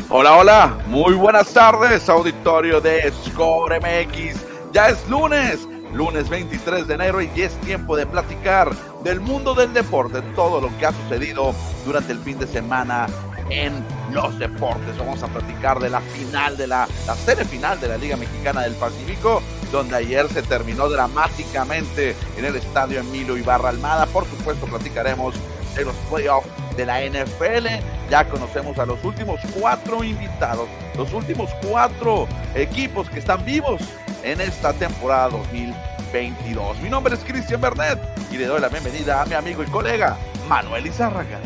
Hola, hola, muy buenas tardes, auditorio de Score MX. Ya es lunes 23 de enero y es tiempo de platicar del mundo del deporte, todo lo que ha sucedido durante el fin de semana en los deportes. Vamos a platicar de la final, de la serie final de la Liga Mexicana del Pacífico, donde ayer se terminó dramáticamente en el estadio Emilio Ibarra Almada. Por supuesto, platicaremos de los playoffs de la NFL. Ya conocemos a los últimos 4 invitados, los últimos 4 equipos que están vivos en esta temporada 2022. Mi nombre es Cristian Bernet y le doy la bienvenida a mi amigo y colega Manuel Izárraga.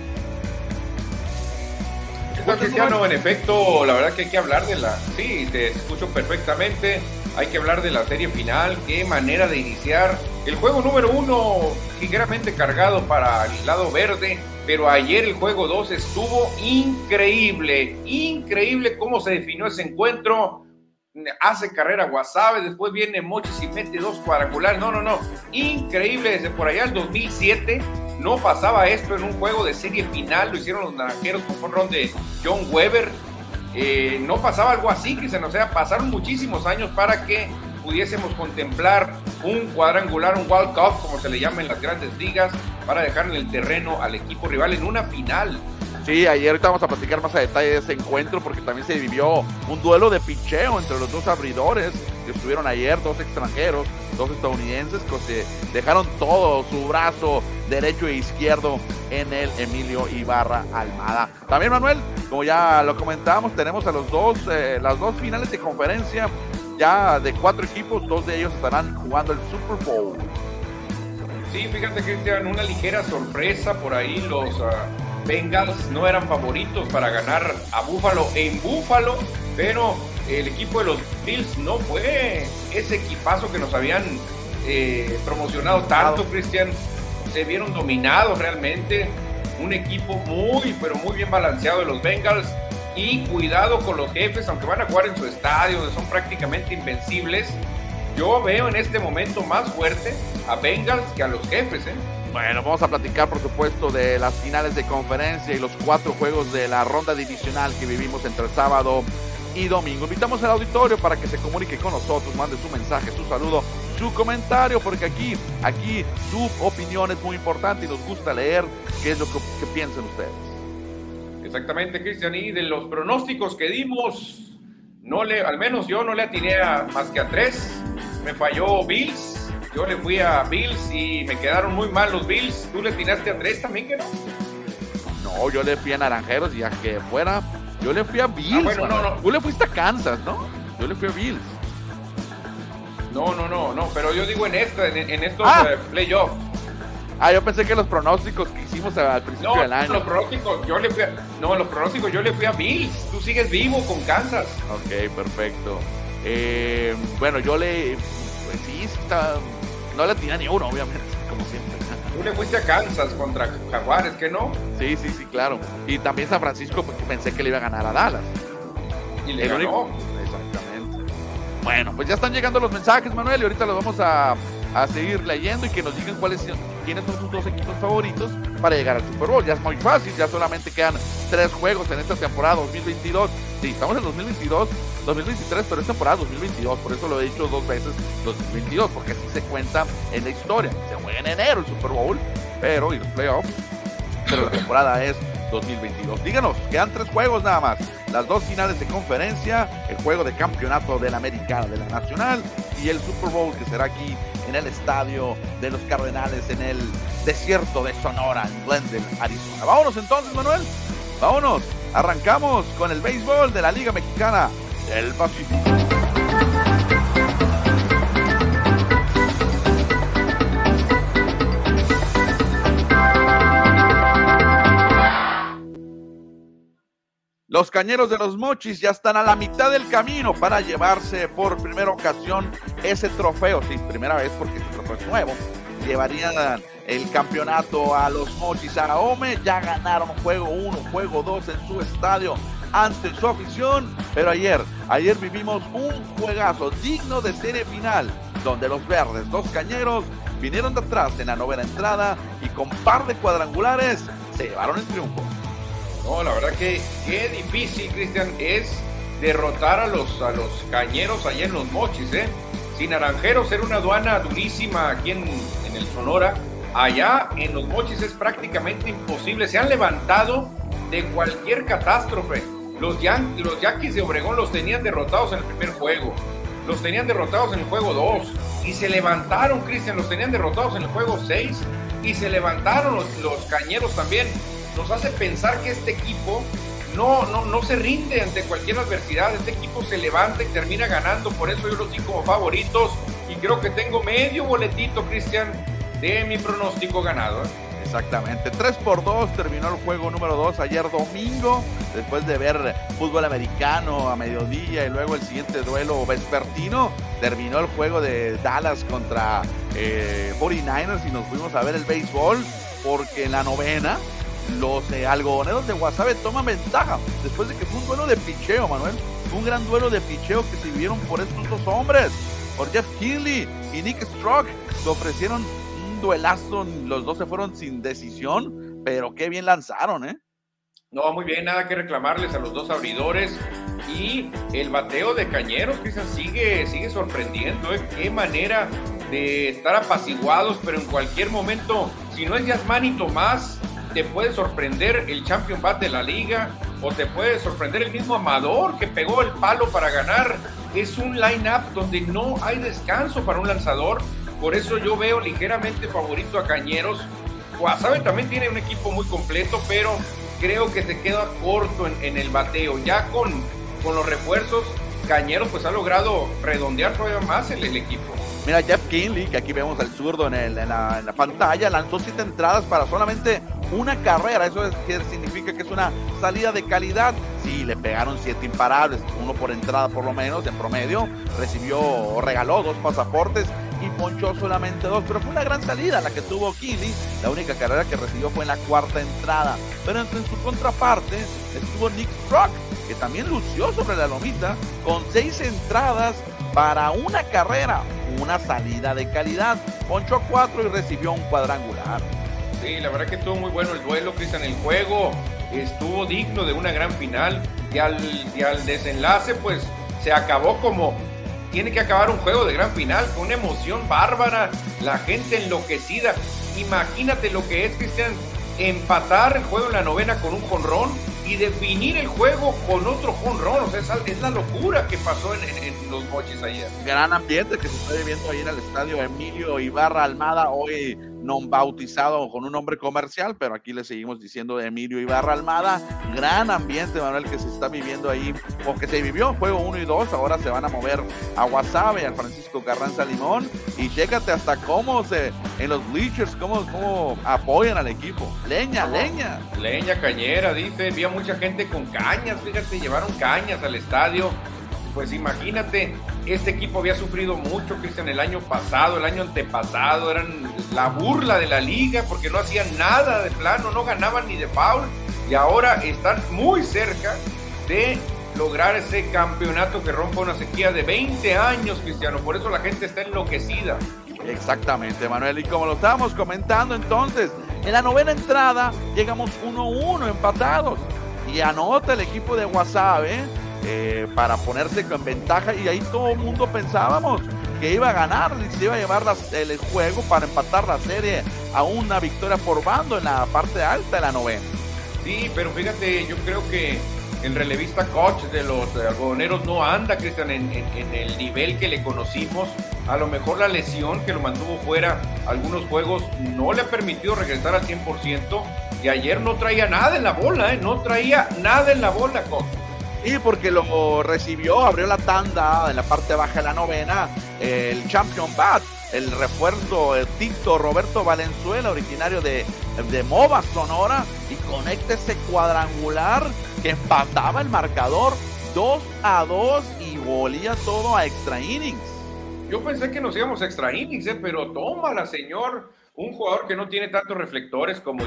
Pues, Cristiano, en efecto, la verdad que hay que hablar de la... Sí, te escucho perfectamente. Hay que hablar de la serie final. Qué manera de iniciar el juego número 1, ligeramente cargado para el lado verde, pero ayer el juego 2 estuvo increíble. Increíble cómo se definió ese encuentro. Hace carrera Guasave, después viene Mochis y mete 2 cuadrangulares. No. Increíble, desde por allá el 2007 no pasaba esto en un juego de serie final. Lo hicieron los naranjeros con jonrón de John Weber. No pasaba algo así, Cristian. O sea, pasaron muchísimos años para que pudiésemos contemplar un cuadrangular, un walk-off, como se le llama en las grandes ligas, para dejar en el terreno al equipo rival en una final. Sí, ayer ahorita vamos a platicar más a detalle de ese encuentro, porque también se vivió un duelo de picheo entre los dos abridores que estuvieron ayer, 2 extranjeros, 2 estadounidenses, que se dejaron todo su brazo derecho e izquierdo en el Emilio Ibarra Almada. También, Manuel, como ya lo comentábamos, tenemos a los las dos finales de conferencia, ya de 4 equipos, 2 de ellos estarán jugando el Super Bowl. Sí, fíjate, Cristian, una ligera sorpresa por ahí. Los Bengals no eran favoritos para ganar a Buffalo en Buffalo, pero el equipo de los Bills no fue ese equipazo que nos habían promocionado tanto, Cristian. Se vieron dominados realmente. Un equipo muy, pero muy bien balanceado de los Bengals. Y cuidado con los Jefes, aunque van a jugar en su estadio, donde son prácticamente invencibles. Yo veo en este momento más fuerte a Bengals que a los Jefes, Bueno, vamos a platicar, por supuesto, de las finales de conferencia y los 4 juegos de la ronda divisional que vivimos entre sábado y domingo. Invitamos al auditorio para que se comunique con nosotros, mande su mensaje, su saludo, su comentario, porque aquí su opinión es muy importante y nos gusta leer qué es lo que piensan ustedes. Exactamente, Cristian, y de los pronósticos que dimos, al menos yo no le atiné más que a 3. Me falló Bills. Yo le fui a Bills y me quedaron muy mal los Bills. ¿Tú le atinaste a 3 también, que no? No, yo le fui a Naranjeros y a que fuera, yo le fui a Bills. Bueno, no. Tú le fuiste a Kansas, ¿no? Yo le fui a Bills. No, pero yo digo en estos playoffs. Yo pensé que los pronósticos que hicimos al principio del año. Los pronósticos yo le fui a Bills. Tú sigues vivo con Kansas. Ok, perfecto. Bueno, yo no le atiné ni uno, obviamente, como siempre. Tú le fuiste a Kansas contra Jaguares, ¿qué no? Sí, claro. Y también San Francisco, porque pensé que le iba a ganar a Dallas. Y le ganó. Exactamente. Bueno, pues ya están llegando los mensajes, Manuel, y ahorita los vamos a seguir leyendo y que nos digan quiénes son sus 2 equipos favoritos para llegar al Super Bowl. Ya es muy fácil, ya solamente quedan 3 juegos en esta temporada 2022. Sí, estamos en 2023, pero es temporada 2022, por eso lo he dicho 2 veces 2022, porque así se cuenta en la historia. Se juega en enero el Super Bowl, y los playoffs, pero la temporada es 2022. Díganos, quedan 3 juegos nada más, las 2 finales de conferencia, el juego de campeonato de la Americana, de la Nacional, y el Super Bowl, que será aquí en el estadio de los Cardenales, en el desierto de Sonora, en Glendale, Arizona. Vámonos entonces, Manuel, vámonos, arrancamos con el béisbol de la Liga Mexicana del Pacífico. Los Cañeros de los Mochis ya están a la mitad del camino para llevarse por primera ocasión ese trofeo. Sí, primera vez porque este trofeo es nuevo. Llevarían el campeonato a los Mochis a Ahome. Ya ganaron juego 1, juego 2 en su estadio ante su afición. Pero ayer vivimos un juegazo digno de serie final, donde los verdes, los Cañeros, vinieron de atrás en la novena entrada y con par de cuadrangulares se llevaron el triunfo. No, la verdad que qué difícil, Cristian, es derrotar a los cañeros allá en Los Mochis, ¿eh? Sin Naranjeros era una aduana durísima aquí en el Sonora. Allá en Los Mochis es prácticamente imposible. Se han levantado de cualquier catástrofe. Los Yaquis de Obregón los tenían derrotados en el primer juego. Los tenían derrotados en el juego 2. Y se levantaron, Cristian. Los tenían derrotados en el juego 6. Y se levantaron los cañeros también. Nos hace pensar que este equipo no se rinde ante cualquier adversidad. Este equipo se levanta y termina ganando. Por eso yo los di como favoritos. Y creo que tengo medio boletito, Cristian, de mi pronóstico ganado. Exactamente, 3-2 terminó el juego número 2 ayer domingo, después de ver fútbol americano a mediodía y luego el siguiente duelo vespertino, terminó el juego de Dallas contra 49ers y nos fuimos a ver el béisbol, porque en la novena los algodoneros de Guasave toman ventaja, después de que fue un duelo de picheo, Manuel, fue un gran duelo de picheo que se vivieron por estos dos hombres, por Jeff Kinley y Nick Strock, que ofrecieron duelazo, los dos se fueron sin decisión, pero qué bien lanzaron, ¿eh? No, muy bien, nada que reclamarles a los dos abridores, y el bateo de Cañeros, Cristian, sigue sorprendiendo, ¿eh? Qué manera de estar apaciguados, pero en cualquier momento, si no es Yasmani Tomás, te puede sorprender el champion bat de la liga, o te puede sorprender el mismo Amador, que pegó el palo para ganar. Es un line-up donde no hay descanso para un lanzador. Por eso yo veo ligeramente favorito a Cañeros. Guasave también tiene un equipo muy completo, pero creo que se queda corto en el bateo. Ya con los refuerzos, Cañeros pues ha logrado redondear todavía más el equipo. Mira, Jeff Kinley, que aquí vemos al zurdo en la pantalla, lanzó 7 entradas para solamente una carrera. Eso significa que es una salida de calidad. Sí, le pegaron 7 imparables, uno por entrada por lo menos, en promedio. Regaló 2 pasaportes y ponchó solamente 2, pero fue una gran salida la que tuvo Kinley. La única carrera que recibió fue en la 4ª entrada. Pero en su contraparte estuvo Nick Strock, que también lució sobre la lomita con 6 entradas para una carrera, una salida de calidad. Ponchó 4 y recibió un cuadrangular. Sí, la verdad que estuvo muy bueno el duelo, Cristian. El juego estuvo digno de una gran final, y al desenlace pues se acabó como tiene que acabar un juego de gran final, con una emoción bárbara, la gente enloquecida. Imagínate lo que es, Cristian, empatar el juego en la novena con un jonrón y definir el juego con otro jonrón. O sea, es la locura que pasó en Los Mochis ayer. Gran ambiente que se está viviendo ahí en el estadio Emilio Ibarra Almada, hoy no bautizado con un nombre comercial, pero aquí le seguimos diciendo Emilio Ibarra Almada. Gran ambiente, Manuel, que se está viviendo ahí, o que se vivió en juego 1 y 2, ahora se van a mover a Guasave, al Francisco Carranza Limón, y chécate hasta cómo en los bleachers, cómo apoyan al equipo. Leña cañera, dice, había mucha gente con cañas, fíjate, llevaron cañas al estadio. Pues imagínate, este equipo había sufrido mucho, Cristian, el año pasado, el año antepasado, eran la burla de la liga porque no hacían nada de plano, no ganaban ni de foul, y ahora están muy cerca de lograr ese campeonato que rompa una sequía de 20 años, Cristiano. Por eso la gente está enloquecida. Exactamente, Manuel, y como lo estábamos comentando entonces, en la novena entrada llegamos 1-1 empatados, y anota el equipo de Guasave para ponerse en ventaja, y ahí todo el mundo pensábamos que iba a ganar y se iba a llevar el juego para empatar la serie a una victoria por bando en la parte alta de la novena. Sí, pero fíjate, yo creo que el relevista coach de los algodoneros no anda, Cristian, en el nivel que le conocimos. A lo mejor la lesión que lo mantuvo fuera algunos juegos no le ha permitido regresar al 100%, y ayer no traía nada en la bola, no traía nada en la bola, coach. Sí, porque lo recibió, abrió la tanda en la parte baja de la novena, el champion bat, el refuerzo, el Tito Roberto Valenzuela, originario de Mova, Sonora, y conecta ese cuadrangular que empataba el marcador 2-2 y volía todo a extra innings. Yo pensé que nos íbamos a extra innings, pero tómala, señor. un jugador que no tiene tantos reflectores como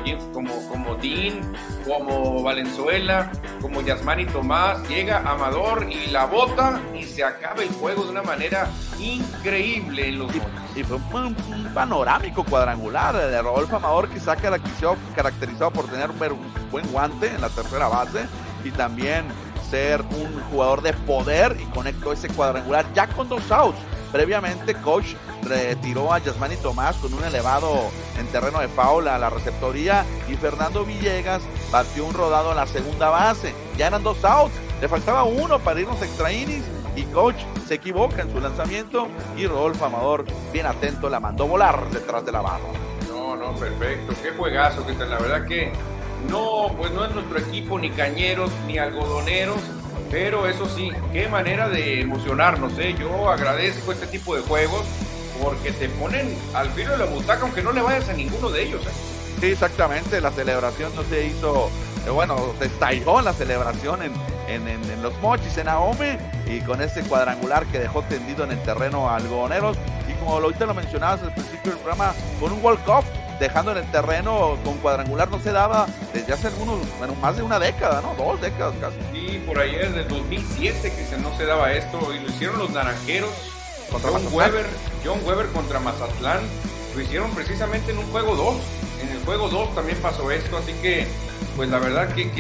Dean, como Valenzuela, como Yasmani Tomás, llega Amador y la bota y se acaba el juego de una manera increíble en los Mochis. Y fue un panorámico cuadrangular de Rodolfo Amador, que se ha caracterizado por tener un buen guante en la tercera base y también ser un jugador de poder, y conectó ese cuadrangular ya con 2 outs. Previamente, coach retiró a Yasmani Tomás con un elevado en terreno de foul a la receptoría, y Fernando Villegas batió un rodado en la segunda base. Ya eran 2 outs, le faltaba 1 para irnos a extra innings, y coach se equivoca en su lanzamiento, y Rodolfo Amador, bien atento, la mandó volar detrás de la barra. No, perfecto, qué juegazo, que la verdad que no, pues no es nuestro equipo ni cañeros ni algodoneros, pero eso sí, qué manera de emocionarnos, ¿eh? Yo agradezco este tipo de juegos porque te ponen al filo de la butaca, aunque no le vayas a ninguno de ellos, ¿eh? Sí, exactamente, la celebración no se hizo, se estalló la celebración en los Mochis, en Ahome, y con ese cuadrangular que dejó tendido en el terreno a algodoneros, y como ahorita lo mencionabas al principio del programa, con un walk-off, dejando en el terreno con cuadrangular no se daba desde hace más de una década, ¿no? 2 décadas casi. Sí, por ahí desde el 2007 que no se daba esto, y lo hicieron los Naranjeros contra John Weber contra Mazatlán, lo hicieron precisamente en un juego 2, en el juego 2 también pasó esto, así que pues la verdad que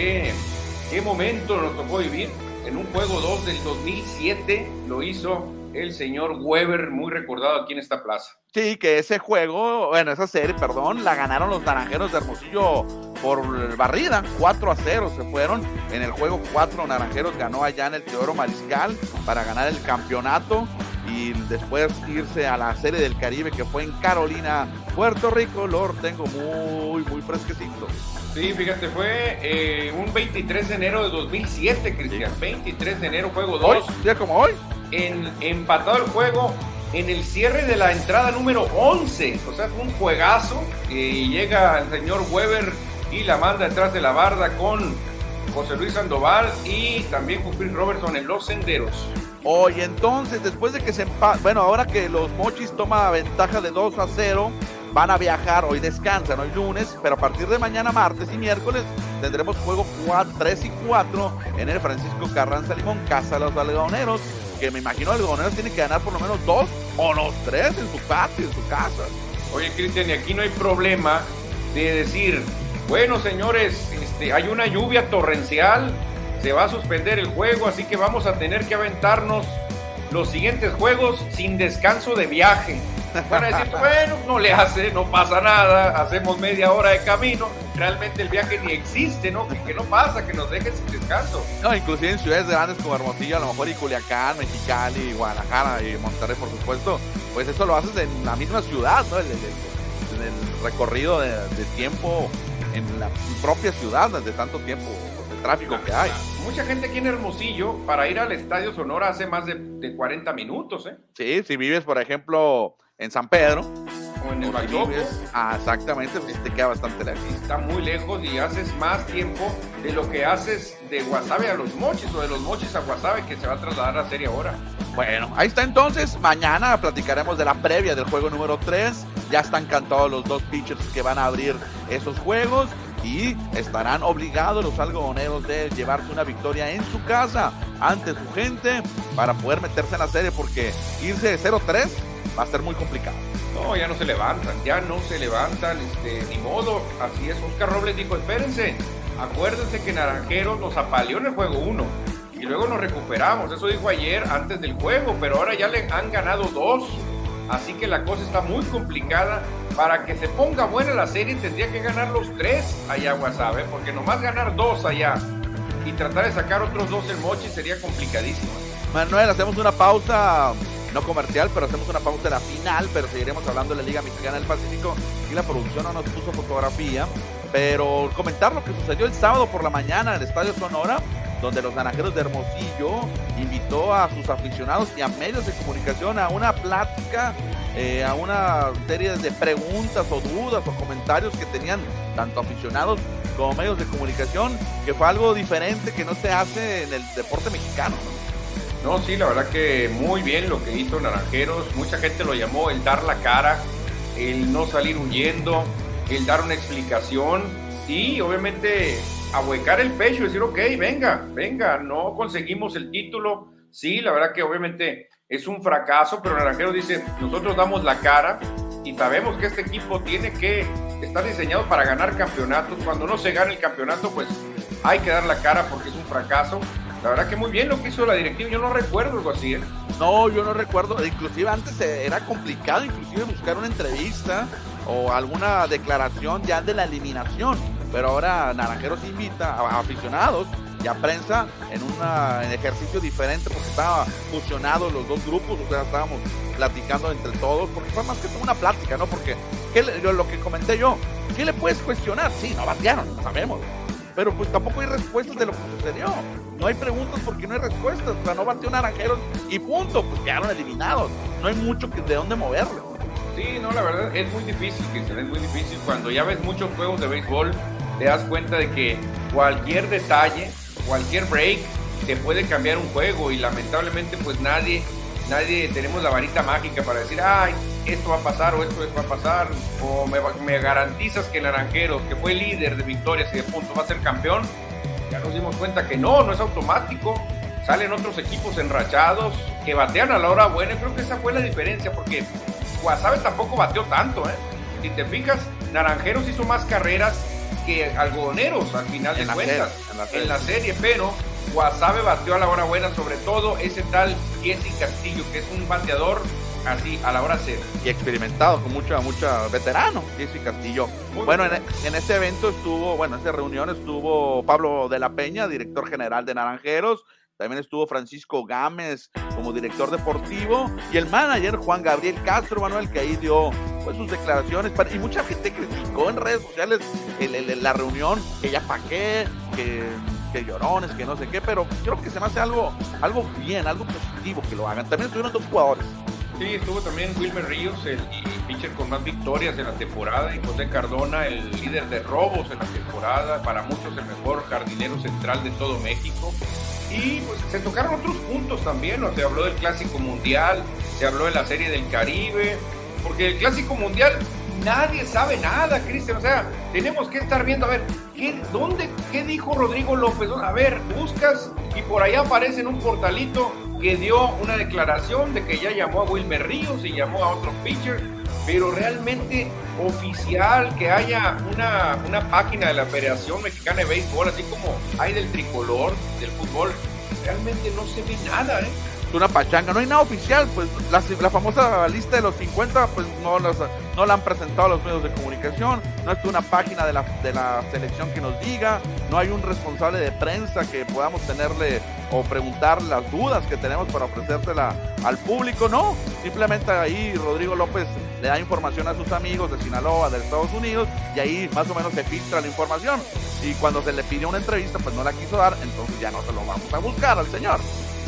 qué momento nos tocó vivir, en un juego 2 del 2007 lo hizo el señor Weber, muy recordado aquí en esta plaza. Sí, que esa serie, la ganaron los Naranjeros de Hermosillo por barrida, 4-0 se fueron. En el juego 4, Naranjeros ganó allá en el Teodoro Mariscal para ganar el campeonato y después irse a la Serie del Caribe, que fue en Carolina, Puerto Rico. Lo tengo muy, muy fresquecito. Sí, fíjate, fue un 23 de enero de 2007, Cristian. Sí. 23 de enero, juego 2. ¿Ya como hoy? Empatado el juego en el cierre de la entrada número 11. O sea, fue un juegazo. Y llega el señor Weber y la manda detrás de la barda con José Luis Sandoval y también con Chris Robertson en los senderos. Oye, entonces, después de que ahora que los Mochis toma ventaja de 2-0, van a viajar, hoy descansan, hoy lunes, pero a partir de mañana, martes y miércoles, tendremos juego 3 y 4 en el Francisco Carranza Limón, casa de los algodoneros, que me imagino algodoneros tienen que ganar por lo menos 2 o los 3 en su patio, en su casa. Oye, Cristian, y aquí no hay problema de decir, bueno, señores, hay una lluvia torrencial, se va a suspender el juego, así que vamos a tener que aventarnos los siguientes juegos sin descanso de viaje. Van a decir, bueno, no pasa nada, hacemos media hora de camino, realmente el viaje ni existe, ¿no? Que no pasa, que nos dejen sin descanso. No, inclusive en ciudades grandes como Hermosillo, a lo mejor y Culiacán, Mexicali, Guadalajara y Monterrey, por supuesto, pues eso lo haces en la misma ciudad, ¿no? En el recorrido de tiempo en la propia ciudad, de tanto tiempo de tráfico que hay. Mucha gente aquí en Hermosillo, para ir al Estadio Sonora hace más de 40 minutos, ¿eh? Sí, si vives, por ejemplo, en San Pedro o en el Bayoco, exactamente, pues te queda bastante lejos. Está muy lejos y haces más tiempo de lo que haces de Guasave a Los Mochis o de Los Mochis a Guasave, que se va a trasladar a serie ahora. Bueno, ahí está entonces. Mañana platicaremos de la previa del juego número 3. Ya están cantados los 2 pitchers que van a abrir esos juegos y estarán obligados los algodoneros de llevarse una victoria en su casa ante su gente para poder meterse en la serie, porque irse de 0-3 va a ser muy complicado. No, ya no se levantan, ni modo, así es. Oscar Robles dijo, espérense, acuérdense que Naranjeros nos apaleó en el juego 1 y luego nos recuperamos, eso dijo ayer antes del juego, pero ahora ya le han ganado 2, así que la cosa está muy complicada. Para que se ponga buena la serie tendría que ganar los 3 allá a Guasave, porque nomás ganar 2 allá y tratar de sacar otros 2 en Mochi sería complicadísimo. Manuel, hacemos una pausa, no comercial, pero hacemos una pausa de la final, pero seguiremos hablando de la Liga Mexicana del Pacífico y la producción no nos puso fotografía, pero comentar lo que sucedió el sábado por la mañana en el Estadio Sonora, donde los Naranjeros de Hermosillo invitó a sus aficionados y a medios de comunicación a una plática, a una serie de preguntas o dudas o comentarios que tenían tanto aficionados como medios de comunicación, que fue algo diferente que no se hace en el deporte mexicano. No, sí, la verdad que muy bien lo que hizo Naranjeros, mucha gente lo llamó el dar la cara, el no salir huyendo, el dar una explicación y obviamente ahuecar el pecho y decir, ok, venga, no conseguimos el título. Sí, la verdad que obviamente es un fracaso, pero Naranjeros dice, nosotros damos la cara y sabemos que este equipo tiene que estar diseñado para ganar campeonatos. Cuando no se gana el campeonato, pues hay que dar la cara porque es un fracaso. La verdad que muy bien lo que hizo la directiva, yo no recuerdo algo así, ¿eh? No, yo no recuerdo, inclusive antes era complicado inclusive buscar una entrevista o alguna declaración ya de la eliminación, pero ahora Naranjeros invita a aficionados y a prensa en un ejercicio diferente porque estaba fusionados los dos grupos, o sea, estábamos platicando entre todos, porque fue más que todo una plática, ¿no? Porque lo que comenté yo, ¿qué le puedes cuestionar? Sí, no batearon, sabemos, pero pues tampoco hay respuestas de lo que sucedió. No hay preguntas porque no hay respuestas. O sea, no bateó Naranjeros y punto, pues quedaron eliminados. No hay mucho de dónde moverlo. Sí, no, la verdad es muy difícil, Cristian, es muy difícil. Cuando ya ves muchos juegos de béisbol, te das cuenta de que cualquier detalle, cualquier break, te puede cambiar un juego y lamentablemente pues nadie tenemos la varita mágica para decir, ay, esto va a pasar o esto va a pasar, o me garantizas que Naranjeros, que fue líder de victorias y de puntos, va a ser campeón. Ya nos dimos cuenta que no es automático. Salen otros equipos enrachados que batean a la hora buena. Creo que esa fue la diferencia, porque Guasave tampoco bateó tanto, ¿eh? Si te fijas, Naranjeros hizo más carreras que Algodoneros al final de cuentas en la serie, pero Guasave bateó a la hora buena, sobre todo ese tal Jesse Castillo, que es un bateador así a la hora cero. Y experimentado, con mucha veterano, Jesse Castillo. Muy bueno, en este evento en esta reunión estuvo Pablo de la Peña, director general de Naranjeros. También estuvo Francisco Gámez como director deportivo y el manager Juan Gabriel Castro, Manuel, que ahí dio pues sus declaraciones, y mucha gente criticó en redes sociales la reunión, que ya pa' qué, que llorones, que no sé qué, pero creo que se me hace algo bien, algo positivo que lo hagan. También estuvieron dos jugadores. Sí, estuvo también Wilmer Ríos, el pitcher con más victorias en la temporada, y José Cardona, el líder de robos en la temporada, para muchos el mejor jardinero central de todo México. Y pues se tocaron otros puntos también, ¿no? Se habló del Clásico Mundial, se habló de la Serie del Caribe, porque el Clásico Mundial nadie sabe nada, Cristian. O sea, tenemos que estar viendo, a ver, ¿qué dijo Rodrigo López? A ver, buscas y por allá aparece en un portalito que dio una declaración de que ya llamó a Wilmer Ríos y llamó a otros pitchers, pero realmente oficial, que haya una página de la Federación Mexicana de Béisbol, así como hay del tricolor, del fútbol, realmente no se ve nada, ¿eh? Una pachanga, no hay nada oficial, pues la famosa lista de los 50 pues no la han presentado a los medios de comunicación, no está una página de la selección que nos diga, no hay un responsable de prensa que podamos tenerle o preguntar las dudas que tenemos para ofrecérsela al público, no, simplemente ahí Rodrigo López le da información a sus amigos de Sinaloa, de Estados Unidos, y ahí más o menos se filtra la información, y cuando se le pidió una entrevista pues no la quiso dar, entonces ya no se lo vamos a buscar al señor.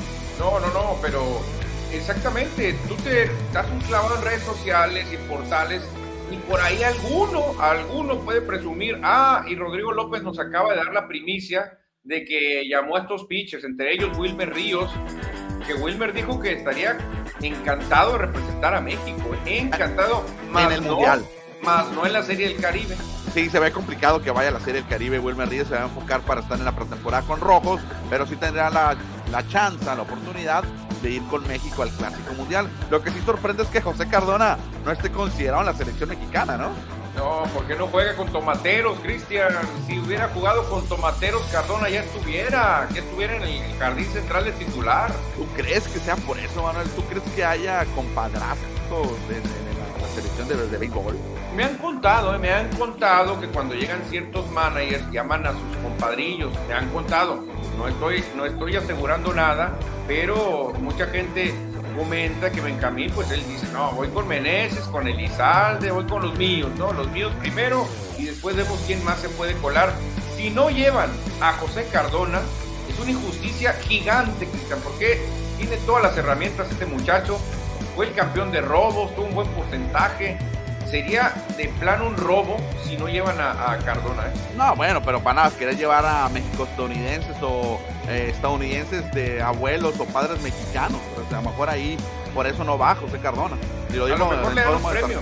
No, pero exactamente, tú te das un clavado en redes sociales y portales y por ahí alguno puede presumir, y Rodrigo López nos acaba de dar la primicia de que llamó a estos pitchers, entre ellos Wilmer Ríos, que Wilmer dijo que estaría encantado de representar a México, encantado, en el Mundial, más no en la Serie del Caribe. Sí, se ve complicado que vaya a la Serie del Caribe. Wilmer Ríos se va a enfocar para estar en la pretemporada con Rojos, pero sí tendrá la chance, la oportunidad de ir con México al Clásico Mundial. Lo que sí sorprende es que José Cardona no esté considerado en la selección mexicana, ¿no? No, porque no juega con Tomateros, Cristian. Si hubiera jugado con Tomateros, Cardona ya estuviera en el jardín central de titular. ¿Tú crees que sea por eso, Manuel? ¿Tú crees que haya compadrazos de la selección de béisbol? Me han contado que cuando llegan ciertos managers llaman a sus compadrillos, me han contado, no estoy asegurando nada, pero mucha gente comenta que Benjamín, pues él dice, no, voy con Meneses, con Elizalde, voy con los míos primero y después vemos quién más se puede colar. Si no llevan a José Cardona, es una injusticia gigante, Cristian, porque tiene todas las herramientas este muchacho, fue el campeón de robos, tuvo un buen porcentaje. Sería de plano un robo si no llevan a Cardona, ¿eh? No, bueno, pero para nada, querer llevar a mexico-estadounidenses o estadounidenses de abuelos o padres mexicanos, o sea, a lo mejor ahí, por eso no va José Cardona. Y lo digo, a lo mejor le dan un premio.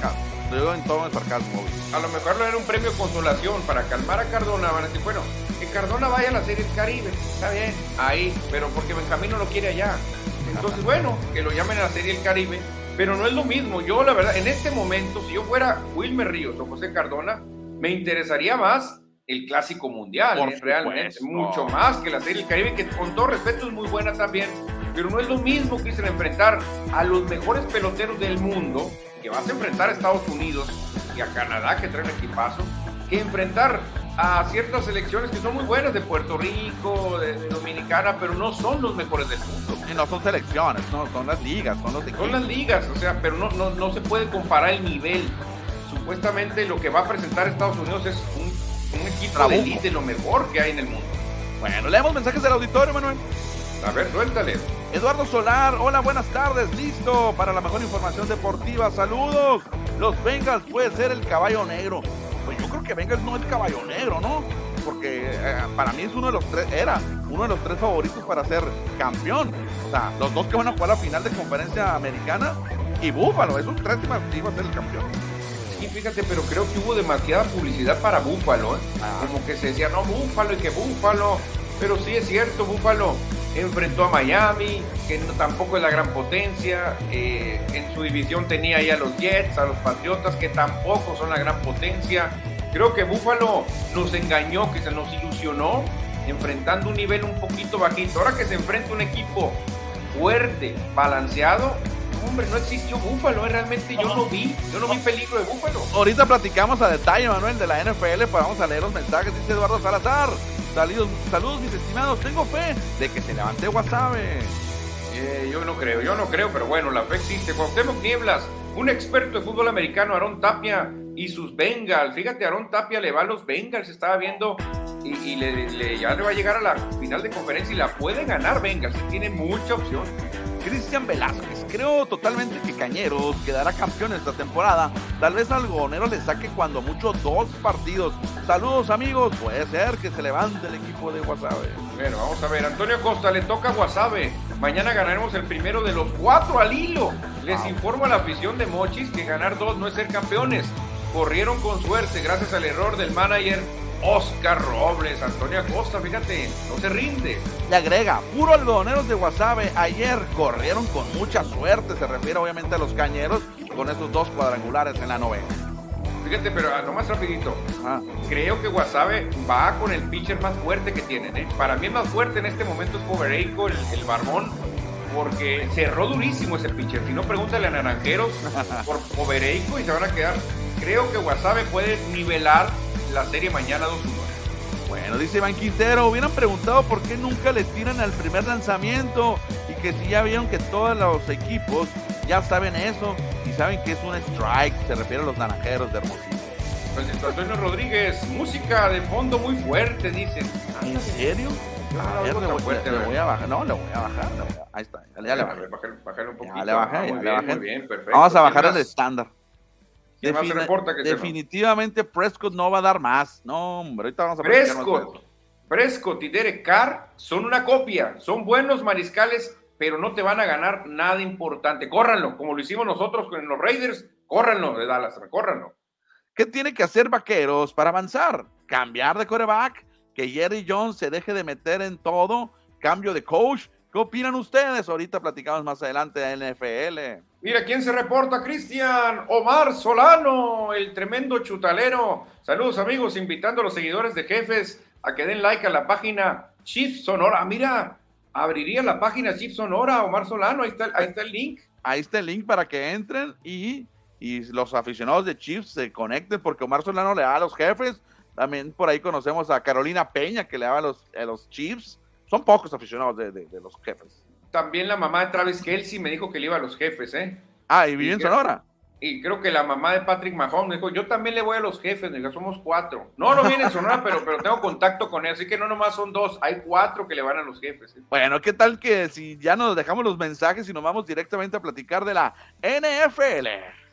lo digo en todo el sarcasmo. A lo mejor era un premio consolación para calmar a Cardona. Van a decir, bueno, que Cardona vaya a la Serie del Caribe, está bien, ahí, pero porque Benjamín no lo quiere allá. Entonces, bueno, que lo llamen a la Serie del Caribe, pero no es lo mismo. Yo, la verdad, en este momento, si yo fuera Wilmer Ríos o José Cardona, me interesaría más el Clásico Mundial, realmente, mucho más que la Serie del Caribe, que con todo respeto es muy buena también, pero no es lo mismo, Cristian, enfrentar a los mejores peloteros del mundo, que vas a enfrentar a Estados Unidos y a Canadá, que traen equipazo, que enfrentar a ciertas selecciones que son muy buenas, de Puerto Rico, de Dominicana, pero no son los mejores del mundo. Y no son selecciones, no, son las ligas, son los equipos. Son las ligas, o sea, pero no se puede comparar el nivel. Supuestamente lo que va a presentar Estados Unidos es un equipo de elite, lo mejor que hay en el mundo. Bueno, leemos mensajes del auditorio, Manuel. A ver, suéltale. Eduardo Solar, hola, buenas tardes, listo para la mejor información deportiva, saludos. Los Bengals puede ser el caballo negro. Pues yo creo que Bengals no es caballo negro, ¿no? Porque para mí es era uno de los tres favoritos para ser campeón. O sea, los dos que van a jugar la final de conferencia americana y Buffalo, esos tres iba a ser el campeón. Sí, fíjate, pero creo que hubo demasiada publicidad para Buffalo, ¿eh? Como que se decía, no, Buffalo y que Buffalo, pero sí es cierto, Buffalo enfrentó a Miami, que tampoco es la gran potencia, en su división tenía ahí a los Jets, a los Patriotas, que tampoco son la gran potencia. Creo que Buffalo nos engañó, que se nos ilusionó, enfrentando un nivel un poquito bajito. Ahora que se enfrenta un equipo fuerte, balanceado, hombre, no existió Buffalo, realmente yo no vi peligro de Buffalo. Ahorita platicamos a detalle, Manuel, de la NFL, pues vamos a leer los mensajes, dice Eduardo Salazar. Saludos mis estimados, tengo fe de que se levante Guasave. Yo no creo, pero bueno, la fe existe. Cuauhtémoc Nieblas, un experto de fútbol americano, Aarón Tapia y sus Bengals. Fíjate, Aarón Tapia le va a los Bengals, estaba viendo y ya le va a llegar a la final de conferencia y la puede ganar Bengals, tiene mucha opción. Cristian Velázquez, creo totalmente que Cañeros quedará campeón esta temporada. Tal vez Algodonero le saque cuando mucho 2 partidos. Saludos amigos, puede ser que se levante el equipo de Guasave. Bueno, vamos a ver, Antonio Costa, le toca a Guasave. Mañana ganaremos el primero de los 4 al hilo. Les informo a la afición de Mochis que ganar 2 no es ser campeones. Corrieron con suerte gracias al error del manager Oscar Robles. Antonio Acosta, fíjate, no se rinde. Le agrega, puro algodoneros de Guasave, ayer corrieron con mucha suerte, se refiere obviamente a los Cañeros, con esos 2 cuadrangulares en la novena. Fíjate, pero nomás rapidito, creo que Guasave va con el pitcher más fuerte que tienen, ¿eh? Para mí el más fuerte en este momento es Povereico, el barbón, porque cerró durísimo ese pitcher. Si no, pregúntale a Naranjeros por Povereico y se van a quedar. Creo que Guasave puede nivelar la serie mañana 2-1. Bueno, dice Iván Quintero, hubieran preguntado por qué nunca le tiran al primer lanzamiento y que si ya vieron que todos los equipos ya saben eso y saben que es un strike, se refiere a los Naranjeros de Hermosillo. Francisco Antonio Rodríguez, música de fondo muy fuerte, dicen. ¿En serio? Le voy a bajar, ahí está, ya le bajé. Bájale un poquito. Ya le bajé. Muy bien, perfecto. Vamos a bajar el estándar. ¿Quién más se reporta que definitivamente Prescott no va a dar más. No, hombre, ahorita vamos a Prescott y Derek Carr son una copia, son buenos mariscales, pero no te van a ganar nada importante. Córranlo, como lo hicimos nosotros con los Raiders, córranlo de Dallas, córranlo. ¿Qué tiene que hacer Vaqueros para avanzar? Cambiar de quarterback, que Jerry Jones se deje de meter en todo, cambio de coach. ¿Qué opinan ustedes? Ahorita platicamos más adelante de NFL. Mira, ¿quién se reporta? Cristian Omar Solano, el tremendo chutalero. Saludos amigos, invitando a los seguidores de Jefes a que den like a la página Chief Sonora. Mira, abriría la página Chief Sonora, Omar Solano, ahí está el link. Ahí está el link para que entren y los aficionados de Chiefs se conecten, porque Omar Solano le da a los Jefes. También por ahí conocemos a Carolina Peña, que le da a los Chiefs. Son pocos aficionados de los Jefes. También la mamá de Travis Kelce me dijo que le iba a los Jefes, ¿eh? Y vive en Sonora. Y creo que la mamá de Patrick Mahomes me dijo, yo también le voy a los Jefes, me dijo, somos 4. No viene en Sonora, pero tengo contacto con él, así que no nomás son 2, hay 4 que le van a los Jefes. ¿eh? Bueno, ¿qué tal que si ya nos dejamos los mensajes y nos vamos directamente a platicar de la NFL?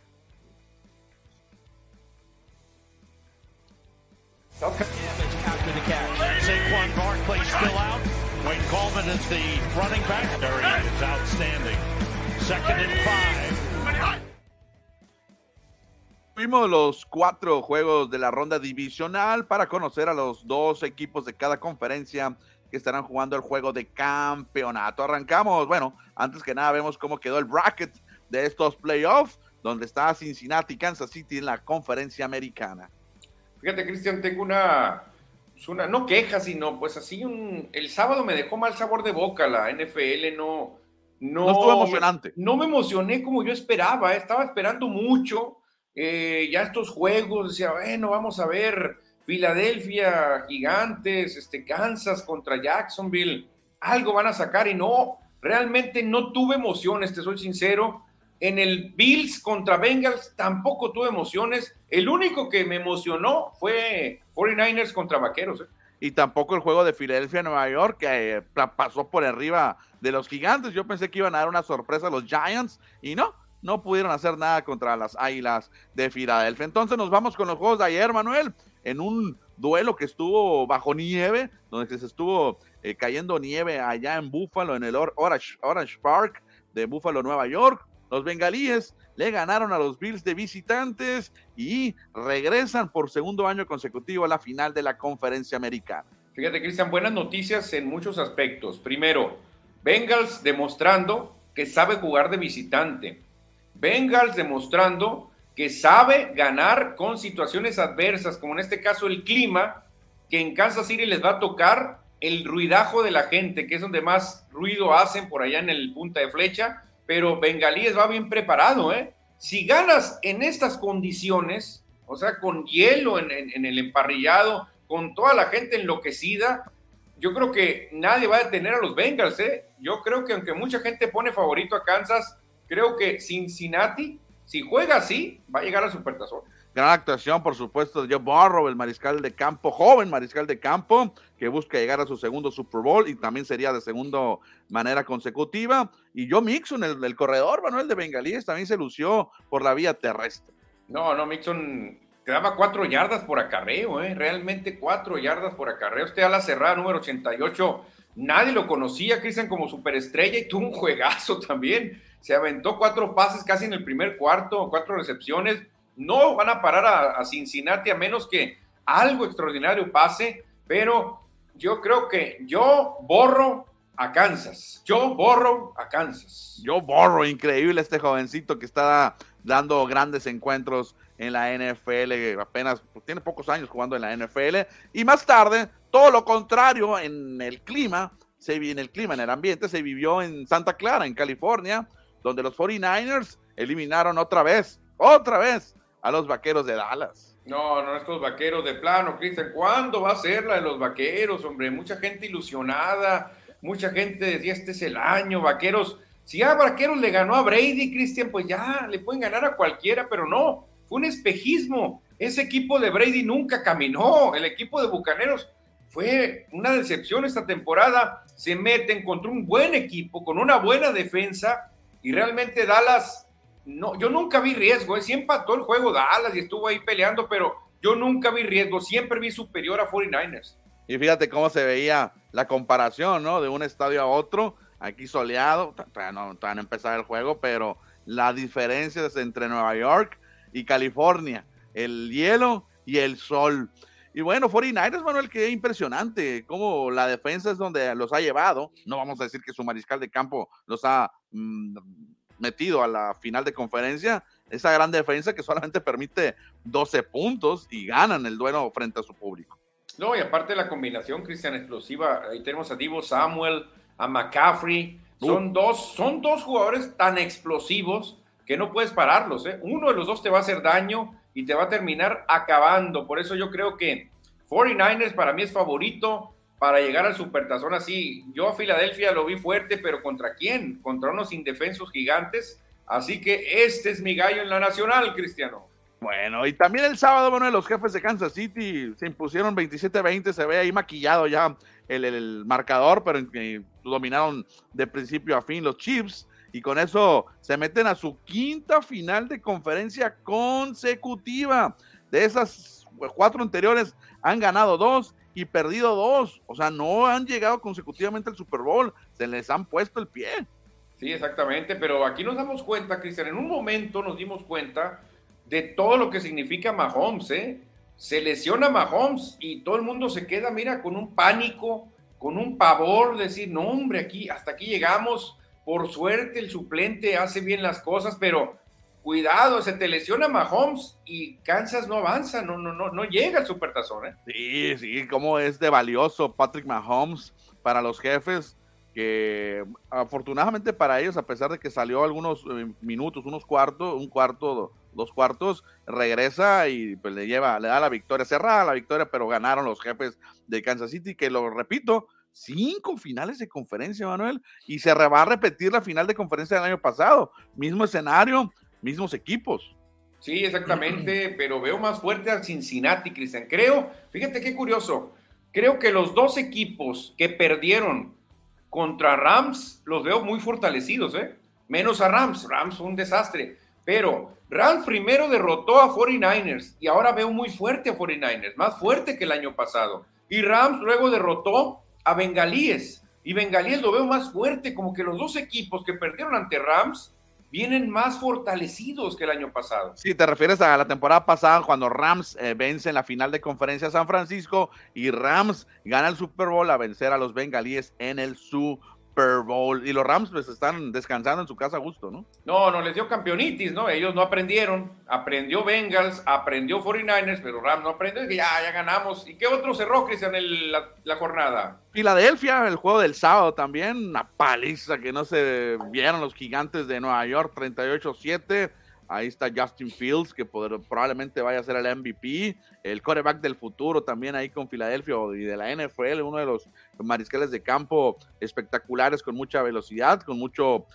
Saquon Barkley still out. Wayne Coleman is the running back. There he is, outstanding. 2nd and 5. tuvimos los 4 juegos de la ronda divisional para conocer a los 2 equipos de cada conferencia que estarán jugando el juego de campeonato. Arrancamos, bueno, antes que nada vemos cómo quedó el bracket de estos playoffs, donde está Cincinnati y Kansas City en la conferencia americana. Fíjate, Cristian, tengo una no queja, sino pues así el sábado me dejó mal sabor de boca la NFL, no estuvo emocionante. No me emocioné como yo esperaba, estaba esperando mucho, ya estos juegos, decía, bueno, vamos a ver Filadelfia, Gigantes, Kansas contra Jacksonville, algo van a sacar, y no, realmente no tuve emociones, te soy sincero. En el Bills contra Bengals tampoco tuve emociones. El único que me emocionó fue 49ers contra Vaqueros. Y tampoco el juego de Filadelfia-Nueva York, que pasó por arriba de los Gigantes. Yo pensé que iban a dar una sorpresa a los Giants, y no pudieron hacer nada contra las Águilas de Filadelfia. Entonces nos vamos con los juegos de ayer, Manuel, en un duelo que estuvo bajo nieve, donde se estuvo cayendo nieve allá en Buffalo, en el Orange Park de Buffalo, Nueva York. Los bengalíes le ganaron a los Bills de visitantes y regresan por segundo año consecutivo a la final de la conferencia americana. Fíjate, Cristian, buenas noticias en muchos aspectos. Primero, Bengals demostrando que sabe jugar de visitante. Bengals demostrando que sabe ganar con situaciones adversas, como en este caso el clima, que en Kansas City les va a tocar el ruidajo de la gente, que es donde más ruido hacen por allá en el punta de flecha. Pero Bengalíes va bien preparado, ¿eh? Si ganas en estas condiciones, o sea, con hielo en el emparrillado, con toda la gente enloquecida, yo creo que nadie va a detener a los Bengals, ¿eh? Yo creo que aunque mucha gente pone favorito a Kansas, creo que Cincinnati, si juega así, va a llegar al Supertazón. Gran actuación, por supuesto, de Joe Burrow, el mariscal de campo, joven mariscal de campo, que busca llegar a su segundo Super Bowl y también sería de segunda manera consecutiva. Y Joe Mixon, el corredor, Manuel, de Bengalíes, también se lució por la vía terrestre. No, Mixon te daba 4 yardas por acarreo, realmente 4 yardas por acarreo. Usted a la cerrada número 88, nadie lo conocía, Cristian, como superestrella, y tuvo un juegazo también. Se aventó 4 pases casi en el primer cuarto, 4 recepciones. No van a parar a Cincinnati a menos que algo extraordinario pase, pero yo creo que yo borro a Kansas. Joe Burrow, increíble este jovencito que está dando grandes encuentros en la NFL, apenas tiene pocos años jugando en la NFL, y más tarde, todo lo contrario, en el ambiente, se vivió en Santa Clara, en California, donde los 49ers eliminaron otra vez a los Vaqueros de Dallas. No, estos Vaqueros de plano, Cristian, ¿cuándo va a ser la de los Vaqueros, hombre? Mucha gente ilusionada, mucha gente decía, este es el año, Vaqueros. Si ya Vaqueros le ganó a Brady, Cristian, pues ya le pueden ganar a cualquiera, pero no, fue un espejismo. Ese equipo de Brady nunca caminó, el equipo de Bucaneros fue una decepción esta temporada. Se meten contra un buen equipo, con una buena defensa, y realmente Dallas... No, yo nunca vi riesgo, sí empató el juego Dallas y estuvo ahí peleando, pero yo nunca vi riesgo, siempre vi superior a 49ers. Y fíjate cómo se veía la comparación, ¿no? De un estadio a otro, aquí soleado, todavía no empezaba el juego, pero la diferencia es entre Nueva York y California, el hielo y el sol. Y bueno, 49ers, Manuel, que impresionante cómo la defensa es donde los ha llevado. No vamos a decir que su mariscal de campo los ha... metido a la final de conferencia, esa gran defensa que solamente permite 12 puntos y ganan el duelo frente a su público. No, y aparte la combinación, Cristian, explosiva, ahí tenemos a Deebo Samuel, a McCaffrey, son dos jugadores tan explosivos que no puedes pararlos, uno de los dos te va a hacer daño y te va a terminar acabando. Por eso yo creo que 49ers para mí es favorito para llegar al Supertazón así. Yo a Filadelfia lo vi fuerte, pero ¿contra quién? Contra unos indefensos Gigantes. Así que este es mi gallo en la nacional, Cristiano. Bueno, y también el sábado, bueno, los Jefes de Kansas City se impusieron 27-20, se ve ahí maquillado ya el marcador, pero dominaron de principio a fin los Chiefs, y con eso se meten a su 5ª final de conferencia consecutiva. De esas 4 anteriores han ganado 2 y perdido 2, o sea, no han llegado consecutivamente al Super Bowl, se les han puesto el pie. Sí, exactamente, pero aquí nos damos cuenta, Cristian, en un momento nos dimos cuenta de todo lo que significa Mahomes, ¿eh? Se lesiona Mahomes y todo el mundo se queda, mira, con un pánico, con un pavor, decir, no hombre, aquí, hasta aquí llegamos, por suerte el suplente hace bien las cosas, pero cuidado, se te lesiona Mahomes y Kansas no avanza, no llega al supertazón, ¿eh? Sí, cómo es de valioso Patrick Mahomes para los Jefes, que afortunadamente para ellos, a pesar de que salió algunos minutos, dos cuartos, regresa y pues le da la victoria, cerrada la victoria, pero ganaron los Jefes de Kansas City, que lo repito, 5 finales de conferencia, Manuel, y se va a repetir la final de conferencia del año pasado, mismo escenario, mismos equipos. Sí, exactamente, pero veo más fuerte al Cincinnati, Cristian. Fíjate qué curioso, creo que los 2 equipos que perdieron contra Rams los veo muy fortalecidos, menos a Rams fue un desastre, pero Rams primero derrotó a 49ers y ahora veo muy fuerte a 49ers, más fuerte que el año pasado, y Rams luego derrotó a Bengalíes, y Bengalíes lo veo más fuerte, como que los 2 equipos que perdieron ante Rams vienen más fortalecidos que el año pasado. Sí, te refieres a la temporada pasada cuando Rams vence en la final de conferencia a San Francisco y Rams gana el Super Bowl a vencer a los Bengalíes en el Super Bowl. Y los Rams pues están descansando en su casa a gusto, ¿no? No, les dio campeonitis, ¿no? Ellos no aprendieron. Aprendió Bengals, aprendió 49ers, pero Rams no aprendió y ya ganamos. ¿Y qué otro cerró, Cristian, la jornada? Filadelfia, el juego del sábado también, una paliza que no se vieron los Gigantes de Nueva York, 38-7. Ahí está Justin Fields, que probablemente vaya a ser el MVP, el quarterback del futuro también ahí con Filadelfia y de la NFL, uno de los mariscales de campo espectaculares con mucha velocidad, con mucho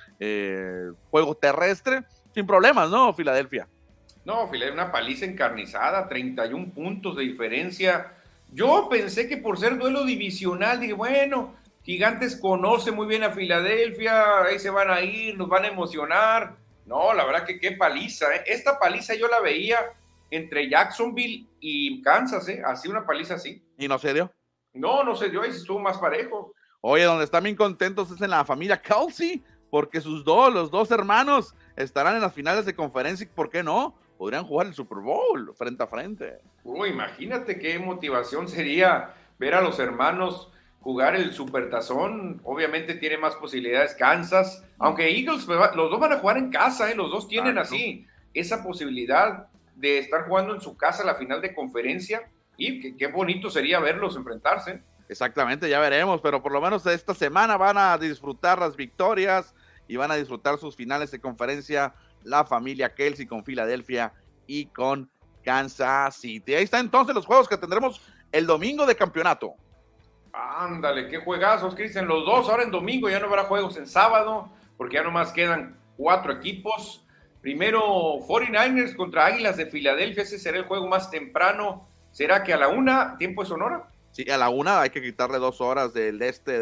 juego terrestre, sin problemas, ¿no, Filadelfia? No, Filadelfia, una paliza encarnizada, 31 puntos de diferencia. Yo pensé que por ser duelo divisional, dije, bueno, Gigantes conoce muy bien a Filadelfia, ahí se van a ir, nos van a emocionar. No, la verdad que qué paliza, ¿eh? Esta paliza yo la veía entre Jacksonville y Kansas, así una paliza así. ¿Y no se dio? No se dio, ahí estuvo más parejo. Oye, donde están bien contentos es en la familia Kelsey, porque los dos hermanos estarán en las finales de conferencia, ¿por qué no? Podrían jugar el Super Bowl frente a frente. Imagínate qué motivación sería ver a los hermanos jugar el Supertazón. Obviamente tiene más posibilidades Kansas, aunque Eagles, los dos van a jugar en casa, los dos tienen así esa posibilidad de estar jugando en su casa la final de conferencia, y qué bonito sería verlos enfrentarse. Exactamente, ya veremos, pero por lo menos esta semana van a disfrutar las victorias y van a disfrutar sus finales de conferencia la familia Kelsey con Filadelfia y con Kansas City. Ahí están entonces los juegos que tendremos el domingo de campeonato. Ándale, qué juegazos, Cristian, los dos ahora en domingo, ya no habrá juegos en sábado, porque ya nomás quedan 4 equipos. Primero 49ers contra Águilas de Filadelfia, ese será el juego más temprano. ¿Será que a la 1, tiempo de Sonora? Sí, a la 1 hay que quitarle 2 horas del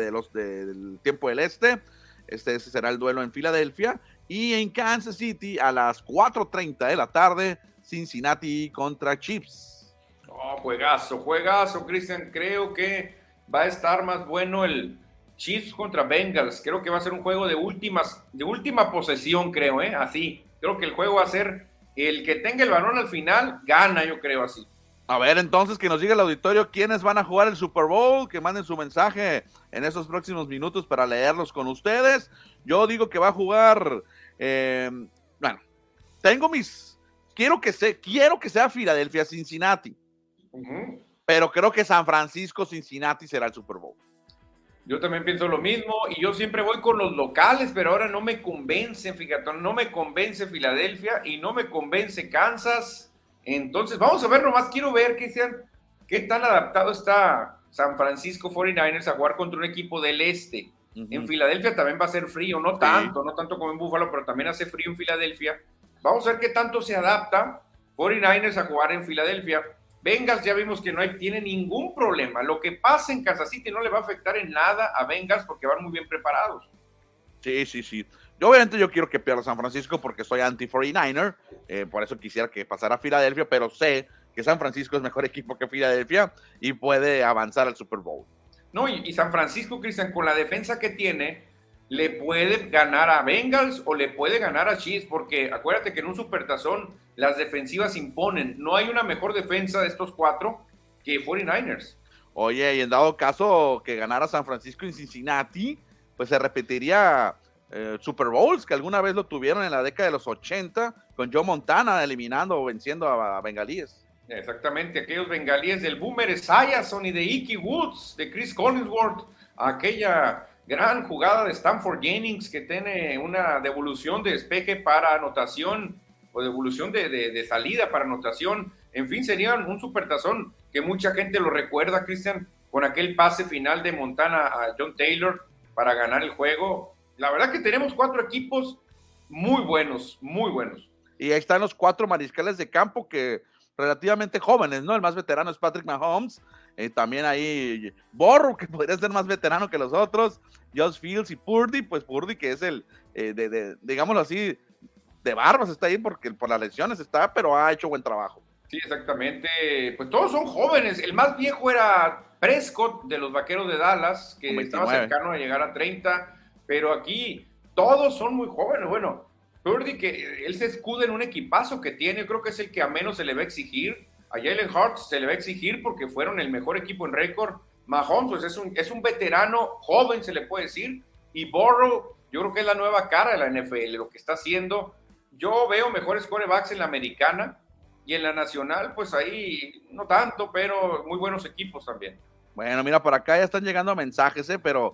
del tiempo del este. Ese será el duelo en Filadelfia. Y en Kansas City a las 4:30 de la tarde, Cincinnati contra Chiefs. Juegazo, Cristian. Creo que va a estar más bueno el Chiefs contra Bengals. Creo que va a ser un juego de última posesión, creo, así. Creo que el juego va a ser el que tenga el balón al final, gana, yo creo así. A ver, entonces, que nos diga el auditorio quiénes van a jugar el Super Bowl, que manden su mensaje en esos próximos minutos para leerlos con ustedes. Yo digo que va a jugar, quiero que sea Filadelfia, Cincinnati, pero creo que San Francisco, Cincinnati será el Super Bowl. Yo también pienso lo mismo, y yo siempre voy con los locales, pero ahora no me convencen, fíjate, no me convence Filadelfia y no me convence Kansas. Entonces, vamos a ver, nomás quiero ver qué tan adaptado está San Francisco 49ers a jugar contra un equipo del este. En Filadelfia también va a ser frío, no tanto como en Buffalo, pero también hace frío en Filadelfia. Vamos a ver qué tanto se adapta 49ers a jugar en Filadelfia. Bengals ya vimos que tiene ningún problema. Lo que pasa en Kansas City no le va a afectar en nada a Bengals porque van muy bien preparados. Sí. Obviamente yo quiero que pierda San Francisco porque soy anti-49er, por eso quisiera que pasara a Filadelfia, pero sé que San Francisco es mejor equipo que Filadelfia y puede avanzar al Super Bowl. No, y San Francisco, Cristian, con la defensa que tiene, le puede ganar a Bengals o le puede ganar a Chiefs, porque acuérdate que en un supertazón las defensivas imponen. No hay una mejor defensa de estos 4 que 49ers. Oye, y en dado caso que ganara San Francisco en Cincinnati, pues se repetiría Super Bowls, que alguna vez lo tuvieron en la década de los 80, con Joe Montana eliminando o venciendo a bengalíes. Exactamente, aquellos bengalíes del Boomer Esiason y de Ickey Woods, de Chris Collinsworth, aquella gran jugada de Stanford Jennings que tiene una devolución de despeje para anotación, o devolución de salida para anotación. En fin, sería un supertazón que mucha gente lo recuerda, Cristian, con aquel pase final de Montana a John Taylor para ganar el juego. La verdad que tenemos 4 equipos muy buenos, muy buenos. Y ahí están los 4 mariscales de campo que relativamente jóvenes, ¿no? El más veterano es Patrick Mahomes, también ahí Burrow, que podría ser más veterano que los otros, Josh Fields y Purdy, pues Purdy que es el, digámoslo así, de barbas está ahí porque por las lesiones está, pero ha hecho buen trabajo. Sí, exactamente, pues todos son jóvenes. El más viejo era Prescott de los Vaqueros de Dallas, que estaba cercano a llegar a 30, pero aquí todos son muy jóvenes. Bueno, Purdy, que él se escuda en un equipazo que tiene, creo que es el que a menos se le va a exigir. A Jalen Hurts se le va a exigir porque fueron el mejor equipo en récord. Mahomes pues es un veterano joven, se le puede decir, y Burrow, yo creo que es la nueva cara de la NFL, lo que está haciendo. Yo veo mejores quarterbacks en la americana, y en la nacional, pues ahí no tanto, pero muy buenos equipos también. Bueno, mira, por acá ya están llegando mensajes, pero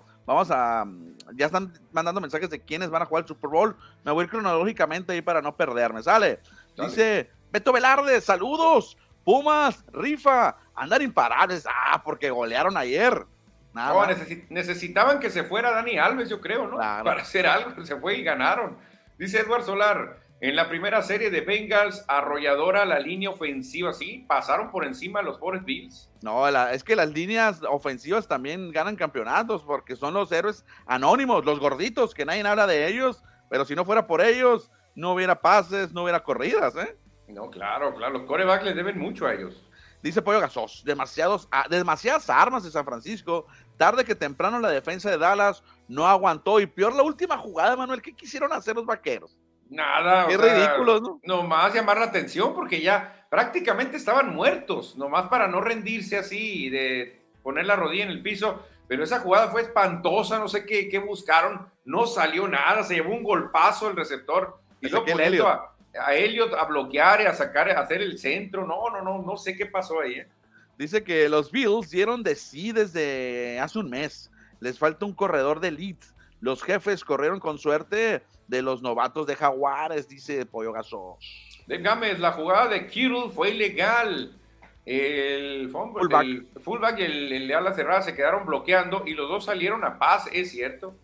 ya están mandando mensajes de quiénes van a jugar el Super Bowl. Me voy a ir cronológicamente ahí para no perderme, ¿sale? Dice Beto Velarde, saludos, Pumas, rifa, andar imparables, porque golearon ayer. No, necesitaban que se fuera Dani Alves, yo creo, ¿no? Claro. Para hacer algo, se fue y ganaron. Dice Edward Solar, en la primera serie de Bengals, arrolladora la línea ofensiva, sí, pasaron por encima de los pobres Bills. No, es que las líneas ofensivas también ganan campeonatos, porque son los héroes anónimos, los gorditos, que nadie habla de ellos, pero si no fuera por ellos, no hubiera pases, no hubiera corridas, ¿eh? No, claro, los quarterbacks les deben mucho a ellos. Dice Pollo Gasos, demasiadas armas de San Francisco, tarde que temprano la defensa de Dallas no aguantó, y peor la última jugada, Manuel, ¿qué quisieron hacer los vaqueros? Nada, qué ridículos, ¿no? Nomás llamar la atención porque ya prácticamente estaban muertos, nomás para no rendirse así y de poner la rodilla en el piso, pero esa jugada fue espantosa, no sé qué buscaron, no salió nada, se llevó un golpazo el receptor y luego poniendo a Elliott a bloquear y a hacer el centro, no sé qué pasó ahí. Dice que los Bills dieron de sí desde hace un mes, les falta un corredor de elite, los jefes corrieron con suerte de los novatos de Jaguares, dice Pollo Gasos. De Gámez, la jugada de Kittle fue ilegal. El fullback y el ala cerrada se quedaron bloqueando y los dos salieron a paz, es cierto.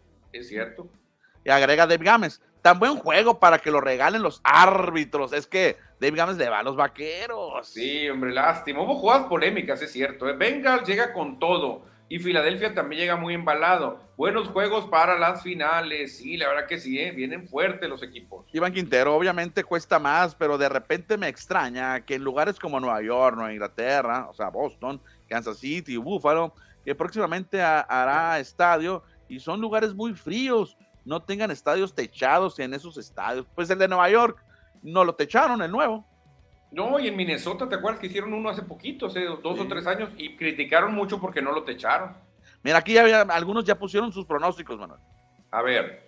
Y agrega Dave Gámez, tan buen juego para que lo regalen los árbitros, es que Dave Gámez le va a los vaqueros. Sí, hombre, lástima, hubo jugadas polémicas, es cierto. Bengals llega con todo. Y Filadelfia también llega muy embalado. Buenos juegos para las finales. Sí, la verdad que sí, vienen fuertes los equipos. Iván Quintero, obviamente cuesta más, pero de repente me extraña que en lugares como Nueva York, Nueva Inglaterra, o sea, Boston, Kansas City, Buffalo, que próximamente hará estadio, y son lugares muy fríos, no tengan estadios techados en esos estadios. Pues el de Nueva York no lo techaron, el nuevo. No, y en Minnesota, ¿te acuerdas que hicieron uno hace poquito, hace 2 o 3 años, y criticaron mucho porque no lo techaron? Mira, aquí algunos ya pusieron sus pronósticos, Manuel. A ver.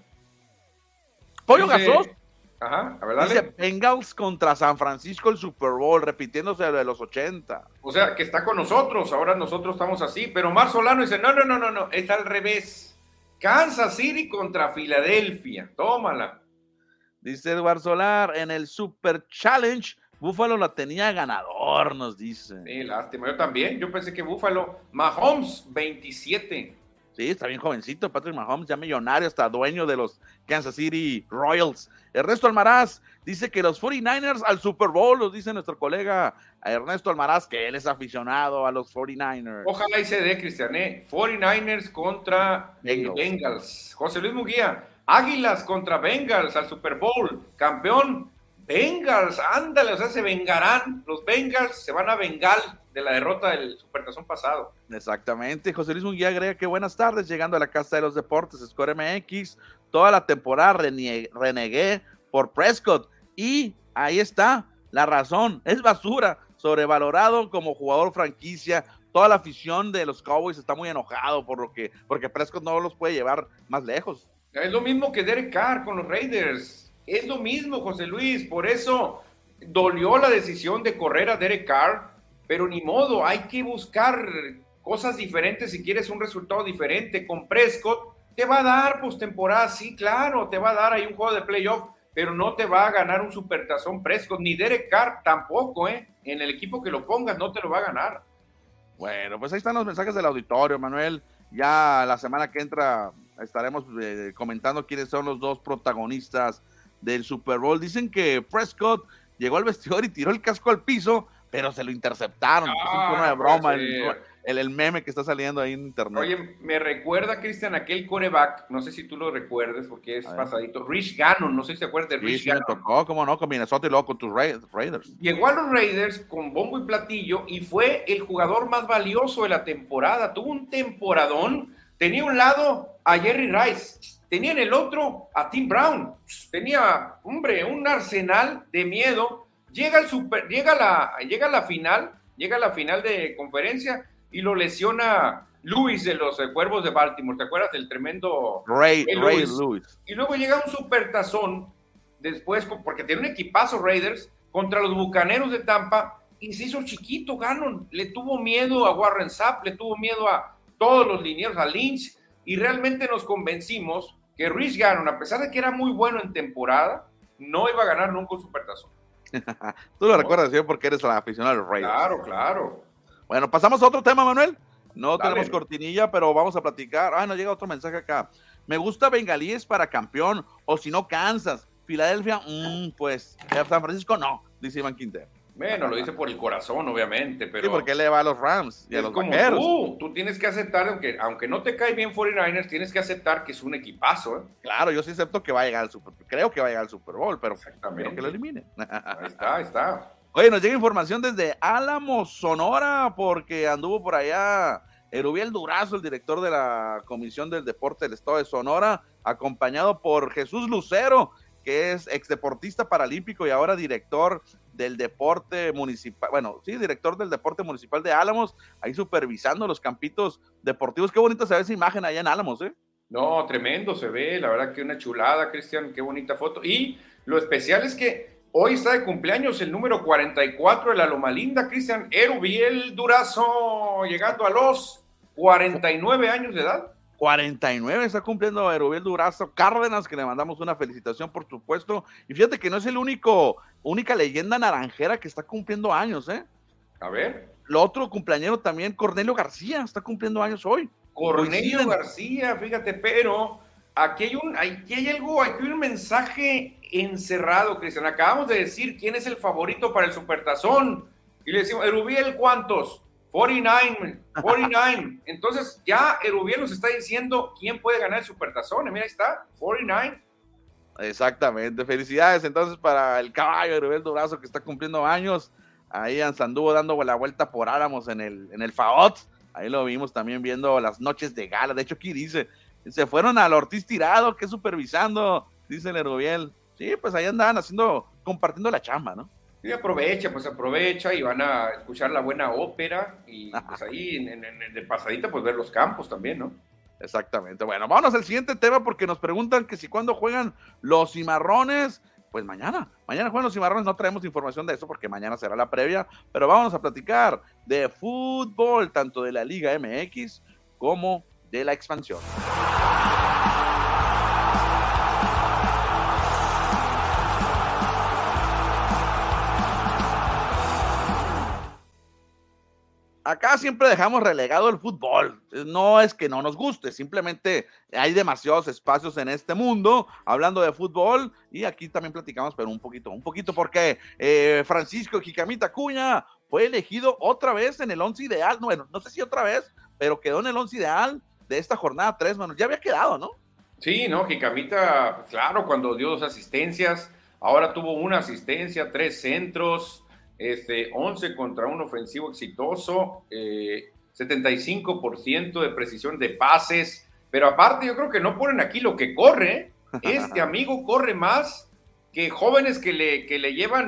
Pollo Gasos. Ajá, a ver, dale. Dice Bengals contra San Francisco el Super Bowl, repitiéndose de los 80. O sea, que está con nosotros, ahora nosotros estamos así, pero Mar Solano dice, no, es al revés. Kansas City contra Filadelfia, tómala. Dice Eduardo Solar, en el Super Challenge, Buffalo la tenía ganador, nos dice. Sí, lástima, yo también, yo pensé que Buffalo, Mahomes, 27. Sí, está bien jovencito, Patrick Mahomes, ya millonario, hasta dueño de los Kansas City Royals. Ernesto Almaraz dice que los 49ers al Super Bowl, los dice nuestro colega Ernesto Almaraz, que él es aficionado a los 49ers. Ojalá y se dé, Cristian, 49ers contra Bengals. José Luis Muguía, Águilas contra Bengals al Super Bowl, campeón Bengals, ándale, o sea, se vengarán, los Bengals se van a vengar de la derrota del Supertazón pasado. Exactamente, José Luis Munguía agrega que buenas tardes, llegando a la casa de los deportes, Score MX, toda la temporada renegué por Prescott, y ahí está, la razón, es basura, sobrevalorado como jugador franquicia. Toda la afición de los Cowboys está muy enojado porque Prescott no los puede llevar más lejos. Es lo mismo que Derek Carr con los Raiders. Es lo mismo, José Luis. Por eso dolió la decisión de correr a Derek Carr, pero ni modo, hay que buscar cosas diferentes si quieres un resultado diferente. Con Prescott te va a dar postemporada, sí, claro, te va a dar ahí un juego de playoff, pero no te va a ganar un supertazón Prescott, ni Derek Carr tampoco, en el equipo que lo pongas no te lo va a ganar. Bueno, pues ahí están los mensajes del auditorio, Manuel. Ya la semana que entra estaremos comentando quiénes son los dos protagonistas del Super Bowl. Dicen que Prescott llegó al vestidor y tiró el casco al piso, pero se lo interceptaron. Es un tono de broma, el meme que está saliendo ahí en internet. Oye, me recuerda, Cristian, aquel quarterback, no sé si tú lo recuerdes porque es pasadito, Rich Gannon, no sé si te acuerdas de Rich Gannon. Me tocó, cómo no, con Minnesota y luego con tus Raiders. Llegó a los Raiders con bombo y platillo y fue el jugador más valioso de la temporada. Tuvo un temporadón. Tenía un lado a Jerry Rice, tenía en el otro a Tim Brown. Tenía, hombre, un arsenal de miedo. Llega a la final de conferencia y lo lesiona Lewis de los Cuervos de Baltimore. ¿Te acuerdas del tremendo Ray Lewis? Y luego llega un supertazón después, porque tiene un equipazo Raiders contra los Bucaneros de Tampa y se hizo chiquito Gannon. Le tuvo miedo a Warren Sapp, le tuvo miedo a todos los linieros, a Lynch, y realmente nos convencimos que Rich Gannon, a pesar de que era muy bueno en temporada, no iba a ganar nunca un supertazón. Tú lo recuerdas bien porque eres la aficionada de los Raiders. Claro. Bueno, pasamos a otro tema, Manuel. No Dale. tenemos cortinilla, pero vamos a platicar. Nos llega otro mensaje acá. Me gusta Bengalíes para campeón, o si no, Kansas. Filadelfia, pues San Francisco no, dice Iván Quintero. Bueno, lo dice por el corazón, obviamente, pero... Sí, porque le va a los Rams y a los como Vaqueros. Tú tienes que aceptar, aunque no te cae bien 49ers, tienes que aceptar que es un equipazo, ¿eh? Claro, yo sí acepto que va a llegar al creo que va a llegar al Super Bowl, pero quiero que lo eliminen. Ahí está. Oye, nos llega información desde Álamo, Sonora, porque anduvo por allá Erubiel Durazo, el director de la Comisión del Deporte del Estado de Sonora, acompañado por Jesús Lucero, que es exdeportista paralímpico y ahora director del deporte municipal, director del deporte municipal de Álamos, ahí supervisando los campitos deportivos. Qué bonita se ve esa imagen allá en Álamos, ¿eh? No, tremendo se ve, la verdad que una chulada, Cristian, qué bonita foto. Y lo especial es que hoy está de cumpleaños el número 44 de la Loma Linda, Cristian, Erubiel Durazo, llegando a los 49 años de edad. 49 está cumpliendo Erubiel Durazo Cárdenas, que le mandamos una felicitación, por supuesto. Y fíjate que no es el única leyenda naranjera que está cumpliendo años, ¿eh? A ver. Lo otro cumpleañero también, Cornelio García, está cumpliendo años hoy. Cornelio García, fíjate, pero aquí hay un mensaje encerrado, Cristian. Acabamos de decir quién es el favorito para el Supertazón. Y le decimos, Erubiel, ¿cuántos? 49. Entonces ya Erubiel nos está diciendo quién puede ganar el Supertazón. Mira, ahí está, 49. Exactamente. Felicidades entonces para el caballo Erubiel Durazo, que está cumpliendo años. Ahí anduvo dando la vuelta por Álamos en el FAOT. Ahí lo vimos también viendo las noches de gala. De hecho, aquí dice, se fueron al Ortiz Tirado, que supervisando, dice el Erubiel. Sí, pues ahí andaban compartiendo la chamba, ¿no? Y aprovecha y van a escuchar la buena ópera y pues ahí de pasadita pues ver los campos también, ¿no? Exactamente. Bueno, vámonos al siguiente tema porque nos preguntan que si cuándo juegan los Cimarrones. Pues mañana juegan los Cimarrones. No traemos información de eso porque mañana será la previa, pero vámonos a platicar de fútbol, tanto de la Liga MX como de la expansión. Acá siempre dejamos relegado el fútbol. No es que no nos guste, simplemente hay demasiados espacios en este mundo hablando de fútbol y aquí también platicamos, pero un poquito porque Francisco Jicamita Acuña fue elegido otra vez en el 11 ideal. Bueno, no sé si otra vez, pero quedó en el 11 ideal de esta jornada 3, mano. Ya había quedado, ¿no? Sí, no, Jicamita, claro, cuando dio 2 asistencias, ahora tuvo 1 asistencia, 3 centros. 11 contra un ofensivo exitoso, 75% de precisión de pases, pero aparte yo creo que no ponen aquí lo que corre, este amigo corre más que jóvenes que le llevan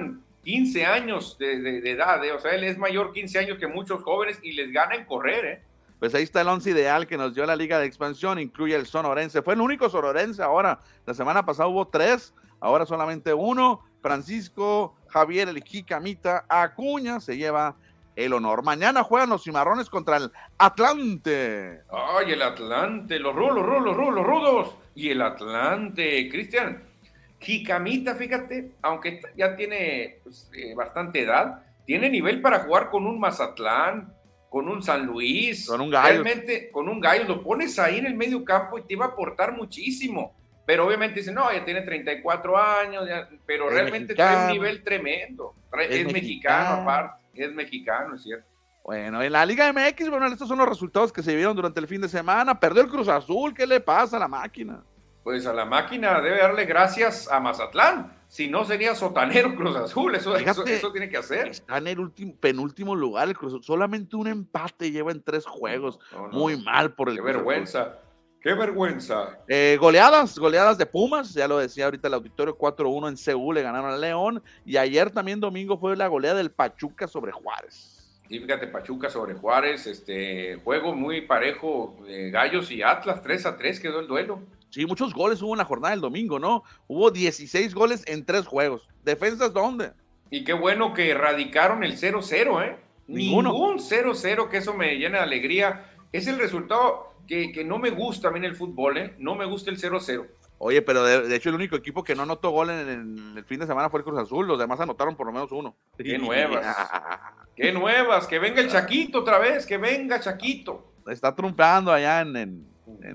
15 años de edad, o sea, él es mayor 15 años que muchos jóvenes y les gana en correr, Pues ahí está el 11 ideal que nos dio la Liga de Expansión, incluye el sonorense, fue el único sonorense ahora, la semana pasada hubo 3, ahora solamente 1, Francisco Javier el Jicamita Acuña se lleva el honor. Mañana juegan los Cimarrones contra el Atlante. Ay, el Atlante, los rudos, y el Atlante, Cristian, Jicamita, fíjate, aunque ya tiene pues, bastante edad, tiene nivel para jugar con un Mazatlán, con un San Luis, con un Gallo. Realmente con un Gallo, lo pones ahí en el medio campo y te va a aportar muchísimo, pero obviamente dicen, no, ya tiene 34 años, pero es realmente mexicano. Trae un nivel tremendo, es mexicano aparte, es mexicano, es cierto. Bueno, en la Liga MX, bueno, estos son los resultados que se vieron durante el fin de semana, perdió el Cruz Azul, ¿qué le pasa a la máquina? Pues a la máquina debe darle gracias a Mazatlán, si no sería sotanero Cruz Azul, eso tiene que hacer. Está en el penúltimo lugar el Cruz Azul, solamente un empate lleva en 3 juegos, muy mal por el Qué Cruz vergüenza, Azul. qué vergüenza. Goleadas de Pumas, ya lo decía ahorita el auditorio, 4-1 en Seúl, le ganaron al León, y ayer también domingo fue la goleada del Pachuca sobre Juárez. Y fíjate, Pachuca sobre Juárez, juego muy parejo de Gallos y Atlas, 3-3 quedó el duelo. Sí, muchos goles hubo en la jornada del domingo, ¿no? Hubo 16 goles en 3 juegos. ¿Defensas dónde? Y qué bueno que erradicaron el 0-0, ¿eh? Ningún 0-0, que eso me llena de alegría. Es el resultado que no me gusta a mí en el fútbol, ¿eh? No me gusta el 0-0. Oye, pero de hecho el único equipo que no anotó gol en el fin de semana fue el Cruz Azul, los demás anotaron por lo menos 1. ¡Qué nuevas! ¡Qué nuevas! ¡Que venga el Chaquito otra vez! ¡Que venga Chaquito! Está trumpeando allá en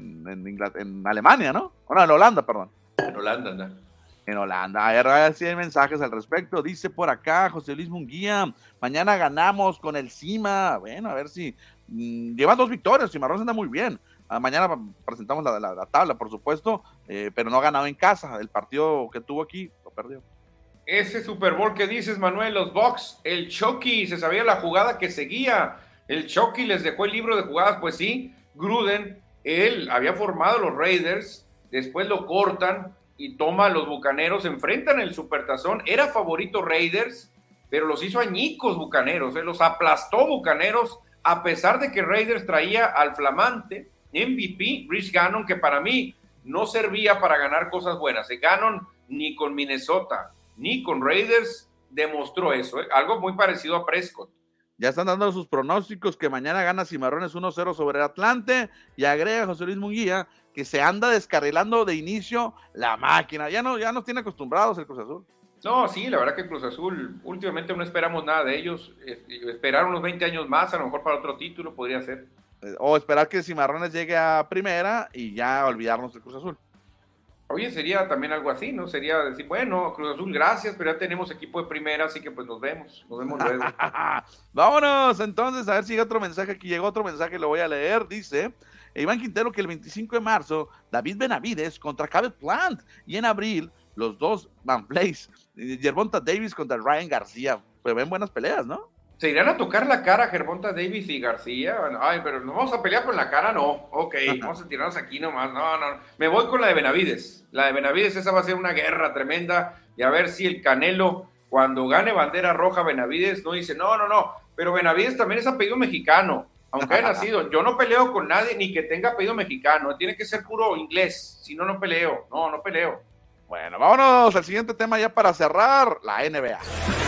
Alemania, ¿no? No, en Holanda, perdón. En Holanda, anda. En Holanda. A ver si hay mensajes al respecto. Dice por acá José Luis Munguía, mañana ganamos con el Cima. Bueno, a ver si llevan 2 victorias, Cimarrón anda muy bien. Mañana presentamos la tabla, por supuesto, pero no ha ganado en casa. El partido que tuvo aquí lo perdió. Ese Super Bowl que dices, Manuel, los Bucks, el Chucky, se sabía la jugada que seguía. El Chucky les dejó el libro de jugadas, pues sí. Gruden, él había formado los Raiders, después lo cortan y toma a los Bucaneros, enfrentan el Supertazón. Era favorito Raiders, pero los hizo añicos Bucaneros, los aplastó Bucaneros, a pesar de que Raiders traía al flamante MVP, Rich Gannon, que para mí no servía para ganar cosas buenas. Gannon ni con Minnesota, ni con Raiders demostró eso, algo muy parecido a Prescott. Ya están dando sus pronósticos que mañana gana Cimarrones 1-0 sobre el Atlante, y agrega José Luis Munguía que se anda descarrilando de inicio la máquina. Ya nos tiene acostumbrados el Cruz Azul. No, sí, la verdad que Cruz Azul últimamente no esperamos nada de ellos. Esperar unos 20 años más, a lo mejor para otro título podría ser. O esperar que Cimarrones llegue a primera y ya olvidarnos del Cruz Azul. Oye, sería también algo así, ¿no? Sería decir, bueno, Cruz Azul, gracias, pero ya tenemos equipo de primera, así que pues nos vemos luego. Vámonos, entonces, a ver si llega otro mensaje. Aquí llegó otro mensaje, lo voy a leer. Dice Iván Quintero que el 25 de marzo, David Benavides contra Caleb Plant, y en abril, los dos Van Blaze, Gervonta Davis contra Ryan García. Pues ven buenas peleas, ¿no? ¿Se irán a tocar la cara Gervonta Davis y García? Ay, pero ¿nos vamos a pelear con la cara? No, ok, vamos a tirarnos aquí nomás, no, me voy con la de Benavides, esa va a ser una guerra tremenda, y a ver si el Canelo, cuando gane bandera roja Benavides, no dice, no, pero Benavides también es apellido mexicano, aunque haya nacido, yo no peleo con nadie, ni que tenga apellido mexicano, tiene que ser puro inglés, si no, no peleo. Bueno, vámonos al siguiente tema ya para cerrar, la NBA.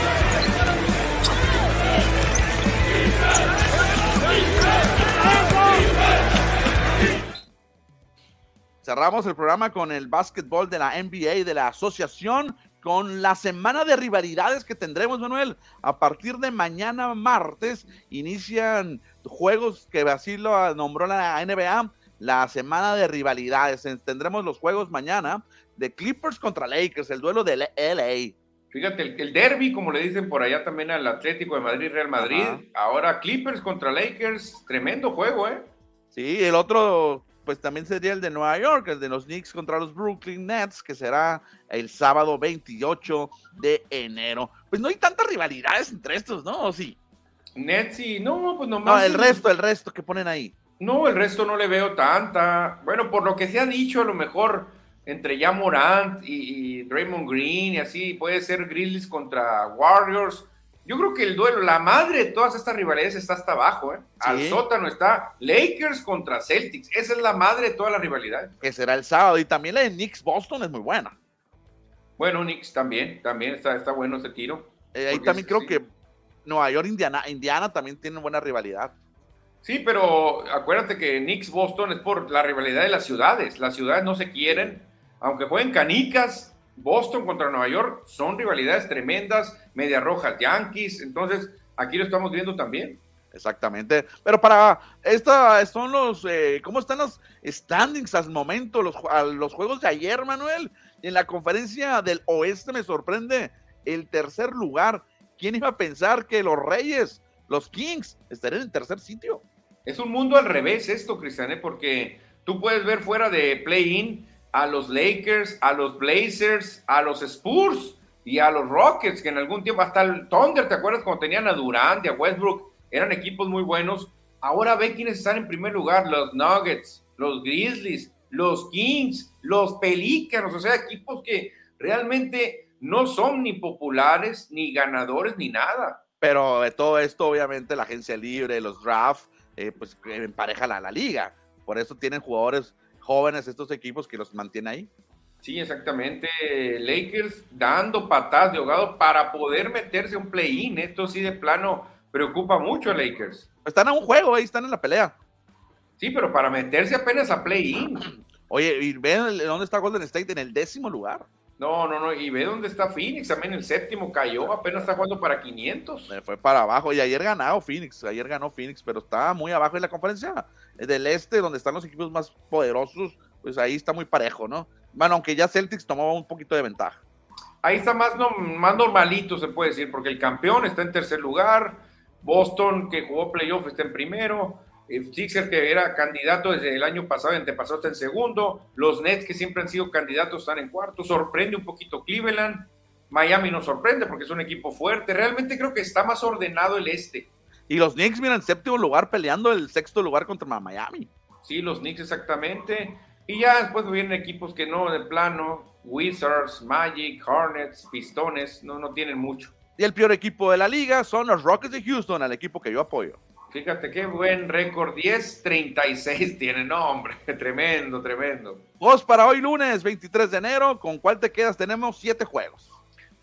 Cerramos el programa con el básquetbol de la NBA, de la asociación, con la semana de rivalidades que tendremos, Manuel. A partir de mañana martes inician juegos que así lo nombró la NBA, la semana de rivalidades. Tendremos los juegos mañana de Clippers contra Lakers, el duelo de LA. Fíjate, el derbi, como le dicen por allá también al Atlético de Madrid, Real Madrid. Ajá. Ahora Clippers contra Lakers, tremendo juego, ¿eh? Sí, el otro pues también sería el de Nueva York, el de los Knicks contra los Brooklyn Nets, que será el sábado 28 de enero. Pues no hay tantas rivalidades entre estos, ¿no? ¿O sí? Nets y no, pues nomás. No, el resto que ponen ahí. No, el resto no le veo tanta. Bueno, por lo que se ha dicho, a lo mejor entre ya Morant y Draymond Green y así, puede ser Grizzlies contra Warriors. Yo creo que el duelo, la madre de todas estas rivalidades está hasta abajo, ¿eh? Sí. Al sótano está Lakers contra Celtics. Esa es la madre de todas las rivalidades. Que será el sábado. Y también la de Knicks-Boston es muy buena. Bueno, Knicks también está bueno ese tiro. Ahí también creo que Nueva York, Indiana también tienen buena rivalidad. Sí, pero acuérdate que Knicks-Boston es por la rivalidad de las ciudades. Las ciudades no se quieren, aunque jueguen canicas. Boston contra Nueva York son rivalidades tremendas, Medias Rojas, Yankees, entonces aquí lo estamos viendo también. Exactamente, pero para esta son los, ¿cómo están los standings al momento, los juegos de ayer, Manuel? En la conferencia del oeste me sorprende el tercer lugar. ¿Quién iba a pensar que los Reyes, los Kings, estarían en tercer sitio? Es un mundo al revés esto, Cristian, porque tú puedes ver fuera de play-in a los Lakers, a los Blazers, a los Spurs y a los Rockets, que en algún tiempo, hasta el Thunder, ¿te acuerdas cuando tenían a Durant y a Westbrook? Eran equipos muy buenos. Ahora ve quiénes están en primer lugar, los Nuggets, los Grizzlies, los Kings, los Pelícanos, o sea, equipos que realmente no son ni populares, ni ganadores, ni nada. Pero de todo esto, obviamente, la agencia libre, los draft, pues empareja la liga. Por eso tienen jugadores jóvenes estos equipos que los mantienen ahí. Sí, exactamente. Lakers dando patadas de ahogado para poder meterse a un play-in. Esto sí de plano preocupa mucho a Lakers. Están a un juego, ahí están en la pelea. Sí, pero para meterse apenas a play-in. Oye, y ven dónde está Golden State, en el 10º lugar. No, y ve dónde está Phoenix, también el 7º cayó, apenas está jugando para 500. Fue para abajo, y ayer ganó Phoenix, pero está muy abajo en la conferencia del este, donde están los equipos más poderosos, pues ahí está muy parejo, ¿no? Bueno, aunque ya Celtics tomó un poquito de ventaja. Ahí está más normalito, se puede decir, porque el campeón está en tercer lugar, Boston, que jugó playoff, está en primero, Sixers, que era candidato desde el año pasado y antepasado, está en segundo, los Nets, que siempre han sido candidatos, están en cuarto, sorprende un poquito Cleveland, Miami no sorprende porque es un equipo fuerte, realmente creo que está más ordenado el este. Y los Knicks, mira, en 7º lugar, peleando el 6º lugar contra Miami. Sí, los Knicks exactamente, y ya después vienen equipos que no, de plano, Wizards, Magic, Hornets, Pistones, no tienen mucho. Y el peor equipo de la liga son los Rockets de Houston, el equipo que yo apoyo. Fíjate qué buen récord, 10-36 tiene, no hombre, tremendo. Vos para hoy lunes 23 de enero, ¿con cuál te quedas? Tenemos 7 juegos.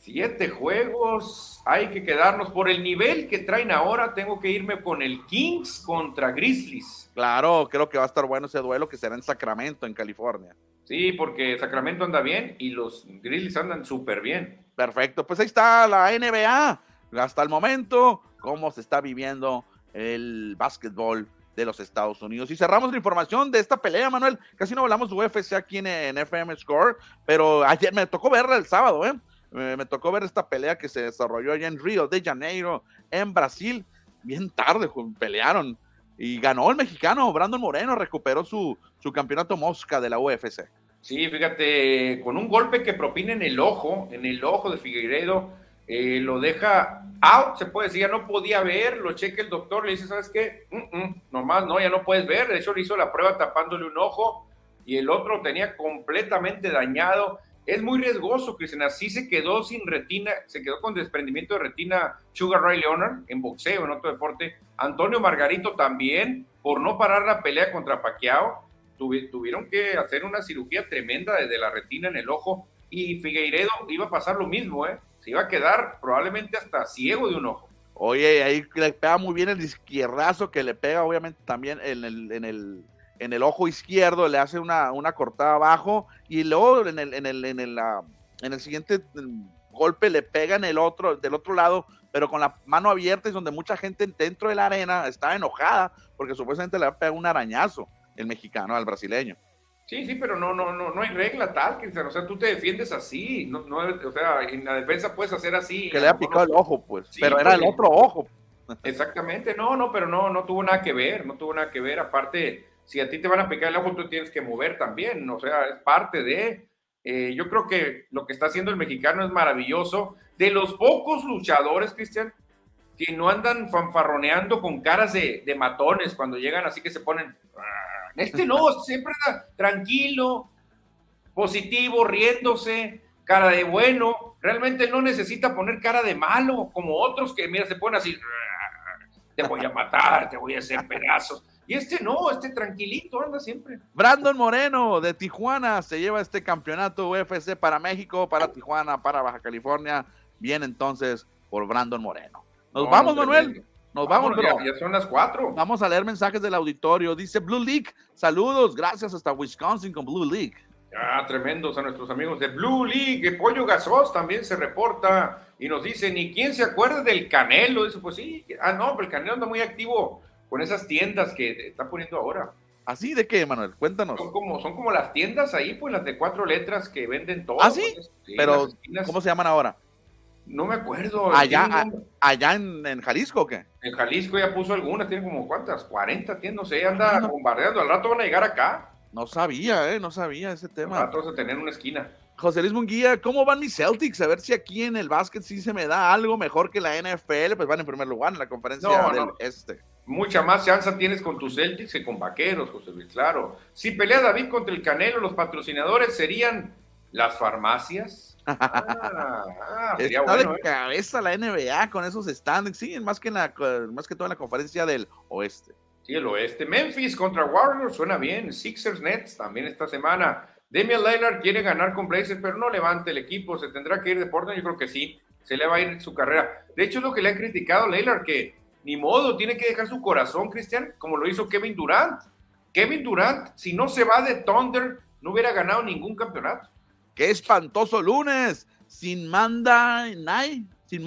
7 juegos, hay que quedarnos por el nivel que traen ahora, tengo que irme con el Kings contra Grizzlies. Claro, creo que va a estar bueno ese duelo que será en Sacramento, en California. Sí, porque Sacramento anda bien y los Grizzlies andan súper bien. Perfecto, pues ahí está la NBA, hasta el momento, cómo se está viviendo el básquetbol de los Estados Unidos. Y cerramos la información de esta pelea, Manuel. Casi no hablamos de UFC aquí en FM Score, pero ayer me tocó verla el sábado, me tocó ver esta pelea que se desarrolló allá en Río de Janeiro, en Brasil. Bien tarde pelearon y ganó el mexicano Brandon Moreno, recuperó su campeonato mosca de la UFC. Sí, fíjate, con un golpe que propina en el ojo de Figueiredo, lo deja out, se puede decir, ya no podía ver, lo checa el doctor, le dice, ¿sabes qué? Nomás no, ya no puedes ver, de hecho le hizo la prueba tapándole un ojo y el otro tenía completamente dañado. Es muy riesgoso, Cristian, así se quedó sin retina, se quedó con desprendimiento de retina Sugar Ray Leonard en boxeo, en otro deporte. Antonio Margarito también, por no parar la pelea contra Pacquiao, tuvieron que hacer una cirugía tremenda desde la retina en el ojo, y Figueiredo iba a pasar lo mismo, se iba a quedar probablemente hasta ciego de un ojo. Oye, ahí le pega muy bien el izquierdazo que le pega obviamente también en el ojo izquierdo, le hace una cortada abajo y luego en el siguiente golpe le pega del otro lado, pero con la mano abierta, es donde mucha gente dentro de la arena está enojada porque supuestamente le va a pegar un arañazo el mexicano al brasileño. Sí, pero no hay regla tal, Cristian, o sea, tú te defiendes así, o sea, en la defensa puedes hacer así. Que le ha picado el ojo, pues, sí, pero era el otro ojo. Exactamente, pero no tuvo nada que ver, aparte, si a ti te van a picar el ojo, tú tienes que mover también, o sea, es parte de, yo creo que lo que está haciendo el mexicano es maravilloso, de los pocos luchadores, Cristian, que no andan fanfarroneando con caras de matones cuando llegan así que se ponen... No, siempre anda tranquilo, positivo, riéndose, cara de bueno. Realmente no necesita poner cara de malo, como otros que, mira, se ponen así, te voy a matar, te voy a hacer pedazos. Y no, tranquilito, anda siempre. Brandon Moreno de Tijuana se lleva este campeonato UFC para México, para Tijuana, para Baja California. Bien, entonces, por Brandon Moreno. Nos vamos, Manuel. Nos vamos, bro. Ya son las 4. Vamos a leer mensajes del auditorio. Dice Blue League, saludos, gracias hasta Wisconsin con Blue League. Tremendos a nuestros amigos de Blue League. Pollo Gasos también se reporta y nos dice, ¿ni quién se acuerda del Canelo? Dice, pues sí, no, pero el Canelo anda muy activo con esas tiendas que está poniendo ahora. ¿Así de qué, Manuel? Cuéntanos. Son como las tiendas ahí, pues las de 4 letras que venden todo. ¿Ah, sí? Pues, sí, pero, ¿cómo se llaman ahora? No me acuerdo. ¿Allá en Jalisco o qué? En Jalisco ya puso algunas, tiene como ¿cuántas? 40 tiendas, no sé, anda bombardeando. Al rato van a llegar acá. No sabía ese tema. Al rato vas a tener una esquina. José Luis Munguía, ¿cómo van mis Celtics? A ver si aquí en el básquet sí se me da algo mejor que la NFL. Pues van en primer lugar en la conferencia del Este. Mucha más chance tienes con tus Celtics que con Vaqueros, José Luis, claro. Si pelea David contra el Canelo, los patrocinadores serían las farmacias. Está bueno, de cabeza la NBA con esos standings, sí, más que todo en la conferencia del Oeste. Sí, el Oeste. Memphis contra Warriors suena bien. Sixers Nets también esta semana. Damian Lillard quiere ganar con Blazers, pero no levante el equipo. ¿Se tendrá que ir de Portland? Yo creo que sí. Se le va a ir su carrera. De hecho, es lo que le han criticado a Lillard, que ni modo, tiene que dejar su corazón, Cristian, como lo hizo Kevin Durant. Kevin Durant, si no se va de Thunder, no hubiera ganado ningún campeonato. ¡Qué espantoso lunes! Sin Monday Night. Sí,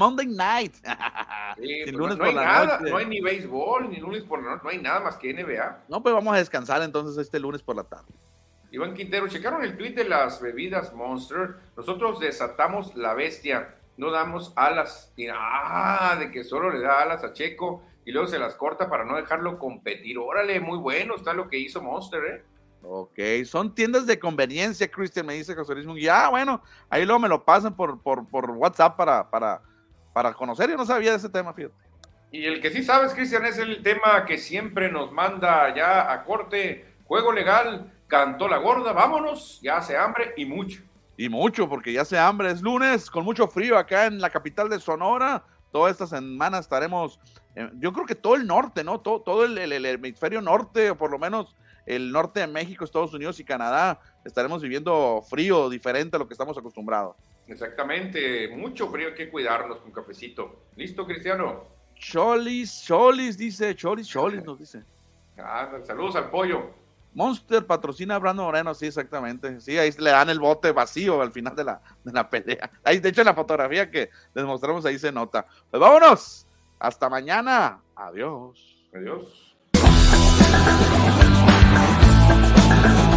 sin lunes no hay nada, noche. No hay ni béisbol, ni lunes por la noche, no hay nada más que NBA. No, pues vamos a descansar entonces este lunes por la tarde. Iván Quintero, checaron el tweet de las bebidas Monster. Nosotros desatamos la bestia, no damos alas. De que solo le da alas a Checo y luego se las corta para no dejarlo competir. Órale, muy bueno está lo que hizo Monster, Ok, son tiendas de conveniencia, Cristian, me dice José Luis Munguía. Bueno, ahí luego me lo pasan por WhatsApp para conocer. Yo no sabía de ese tema, fíjate. Y el que sí sabes, Cristian, es el tema que siempre nos manda ya a corte. Juego legal, cantó la gorda, vámonos, ya hace hambre y mucho. Y mucho, porque ya hace hambre, es lunes, con mucho frío acá en la capital de Sonora. Toda esta semana estaremos, yo creo que todo el norte, ¿no? Todo el hemisferio norte, o por lo menos el norte de México, Estados Unidos y Canadá, estaremos viviendo frío diferente a lo que estamos acostumbrados. Exactamente, mucho frío, hay que cuidarnos con cafecito. ¿Listo, Cristiano? Cholis dice, Cholis nos dice. Saludos al pollo. Monster patrocina a Brandon Moreno, sí, exactamente. Sí, ahí le dan el bote vacío al final de la pelea. Ahí, de hecho, en la fotografía que les mostramos ahí se nota. Pues vámonos, hasta mañana. Adiós. Adiós.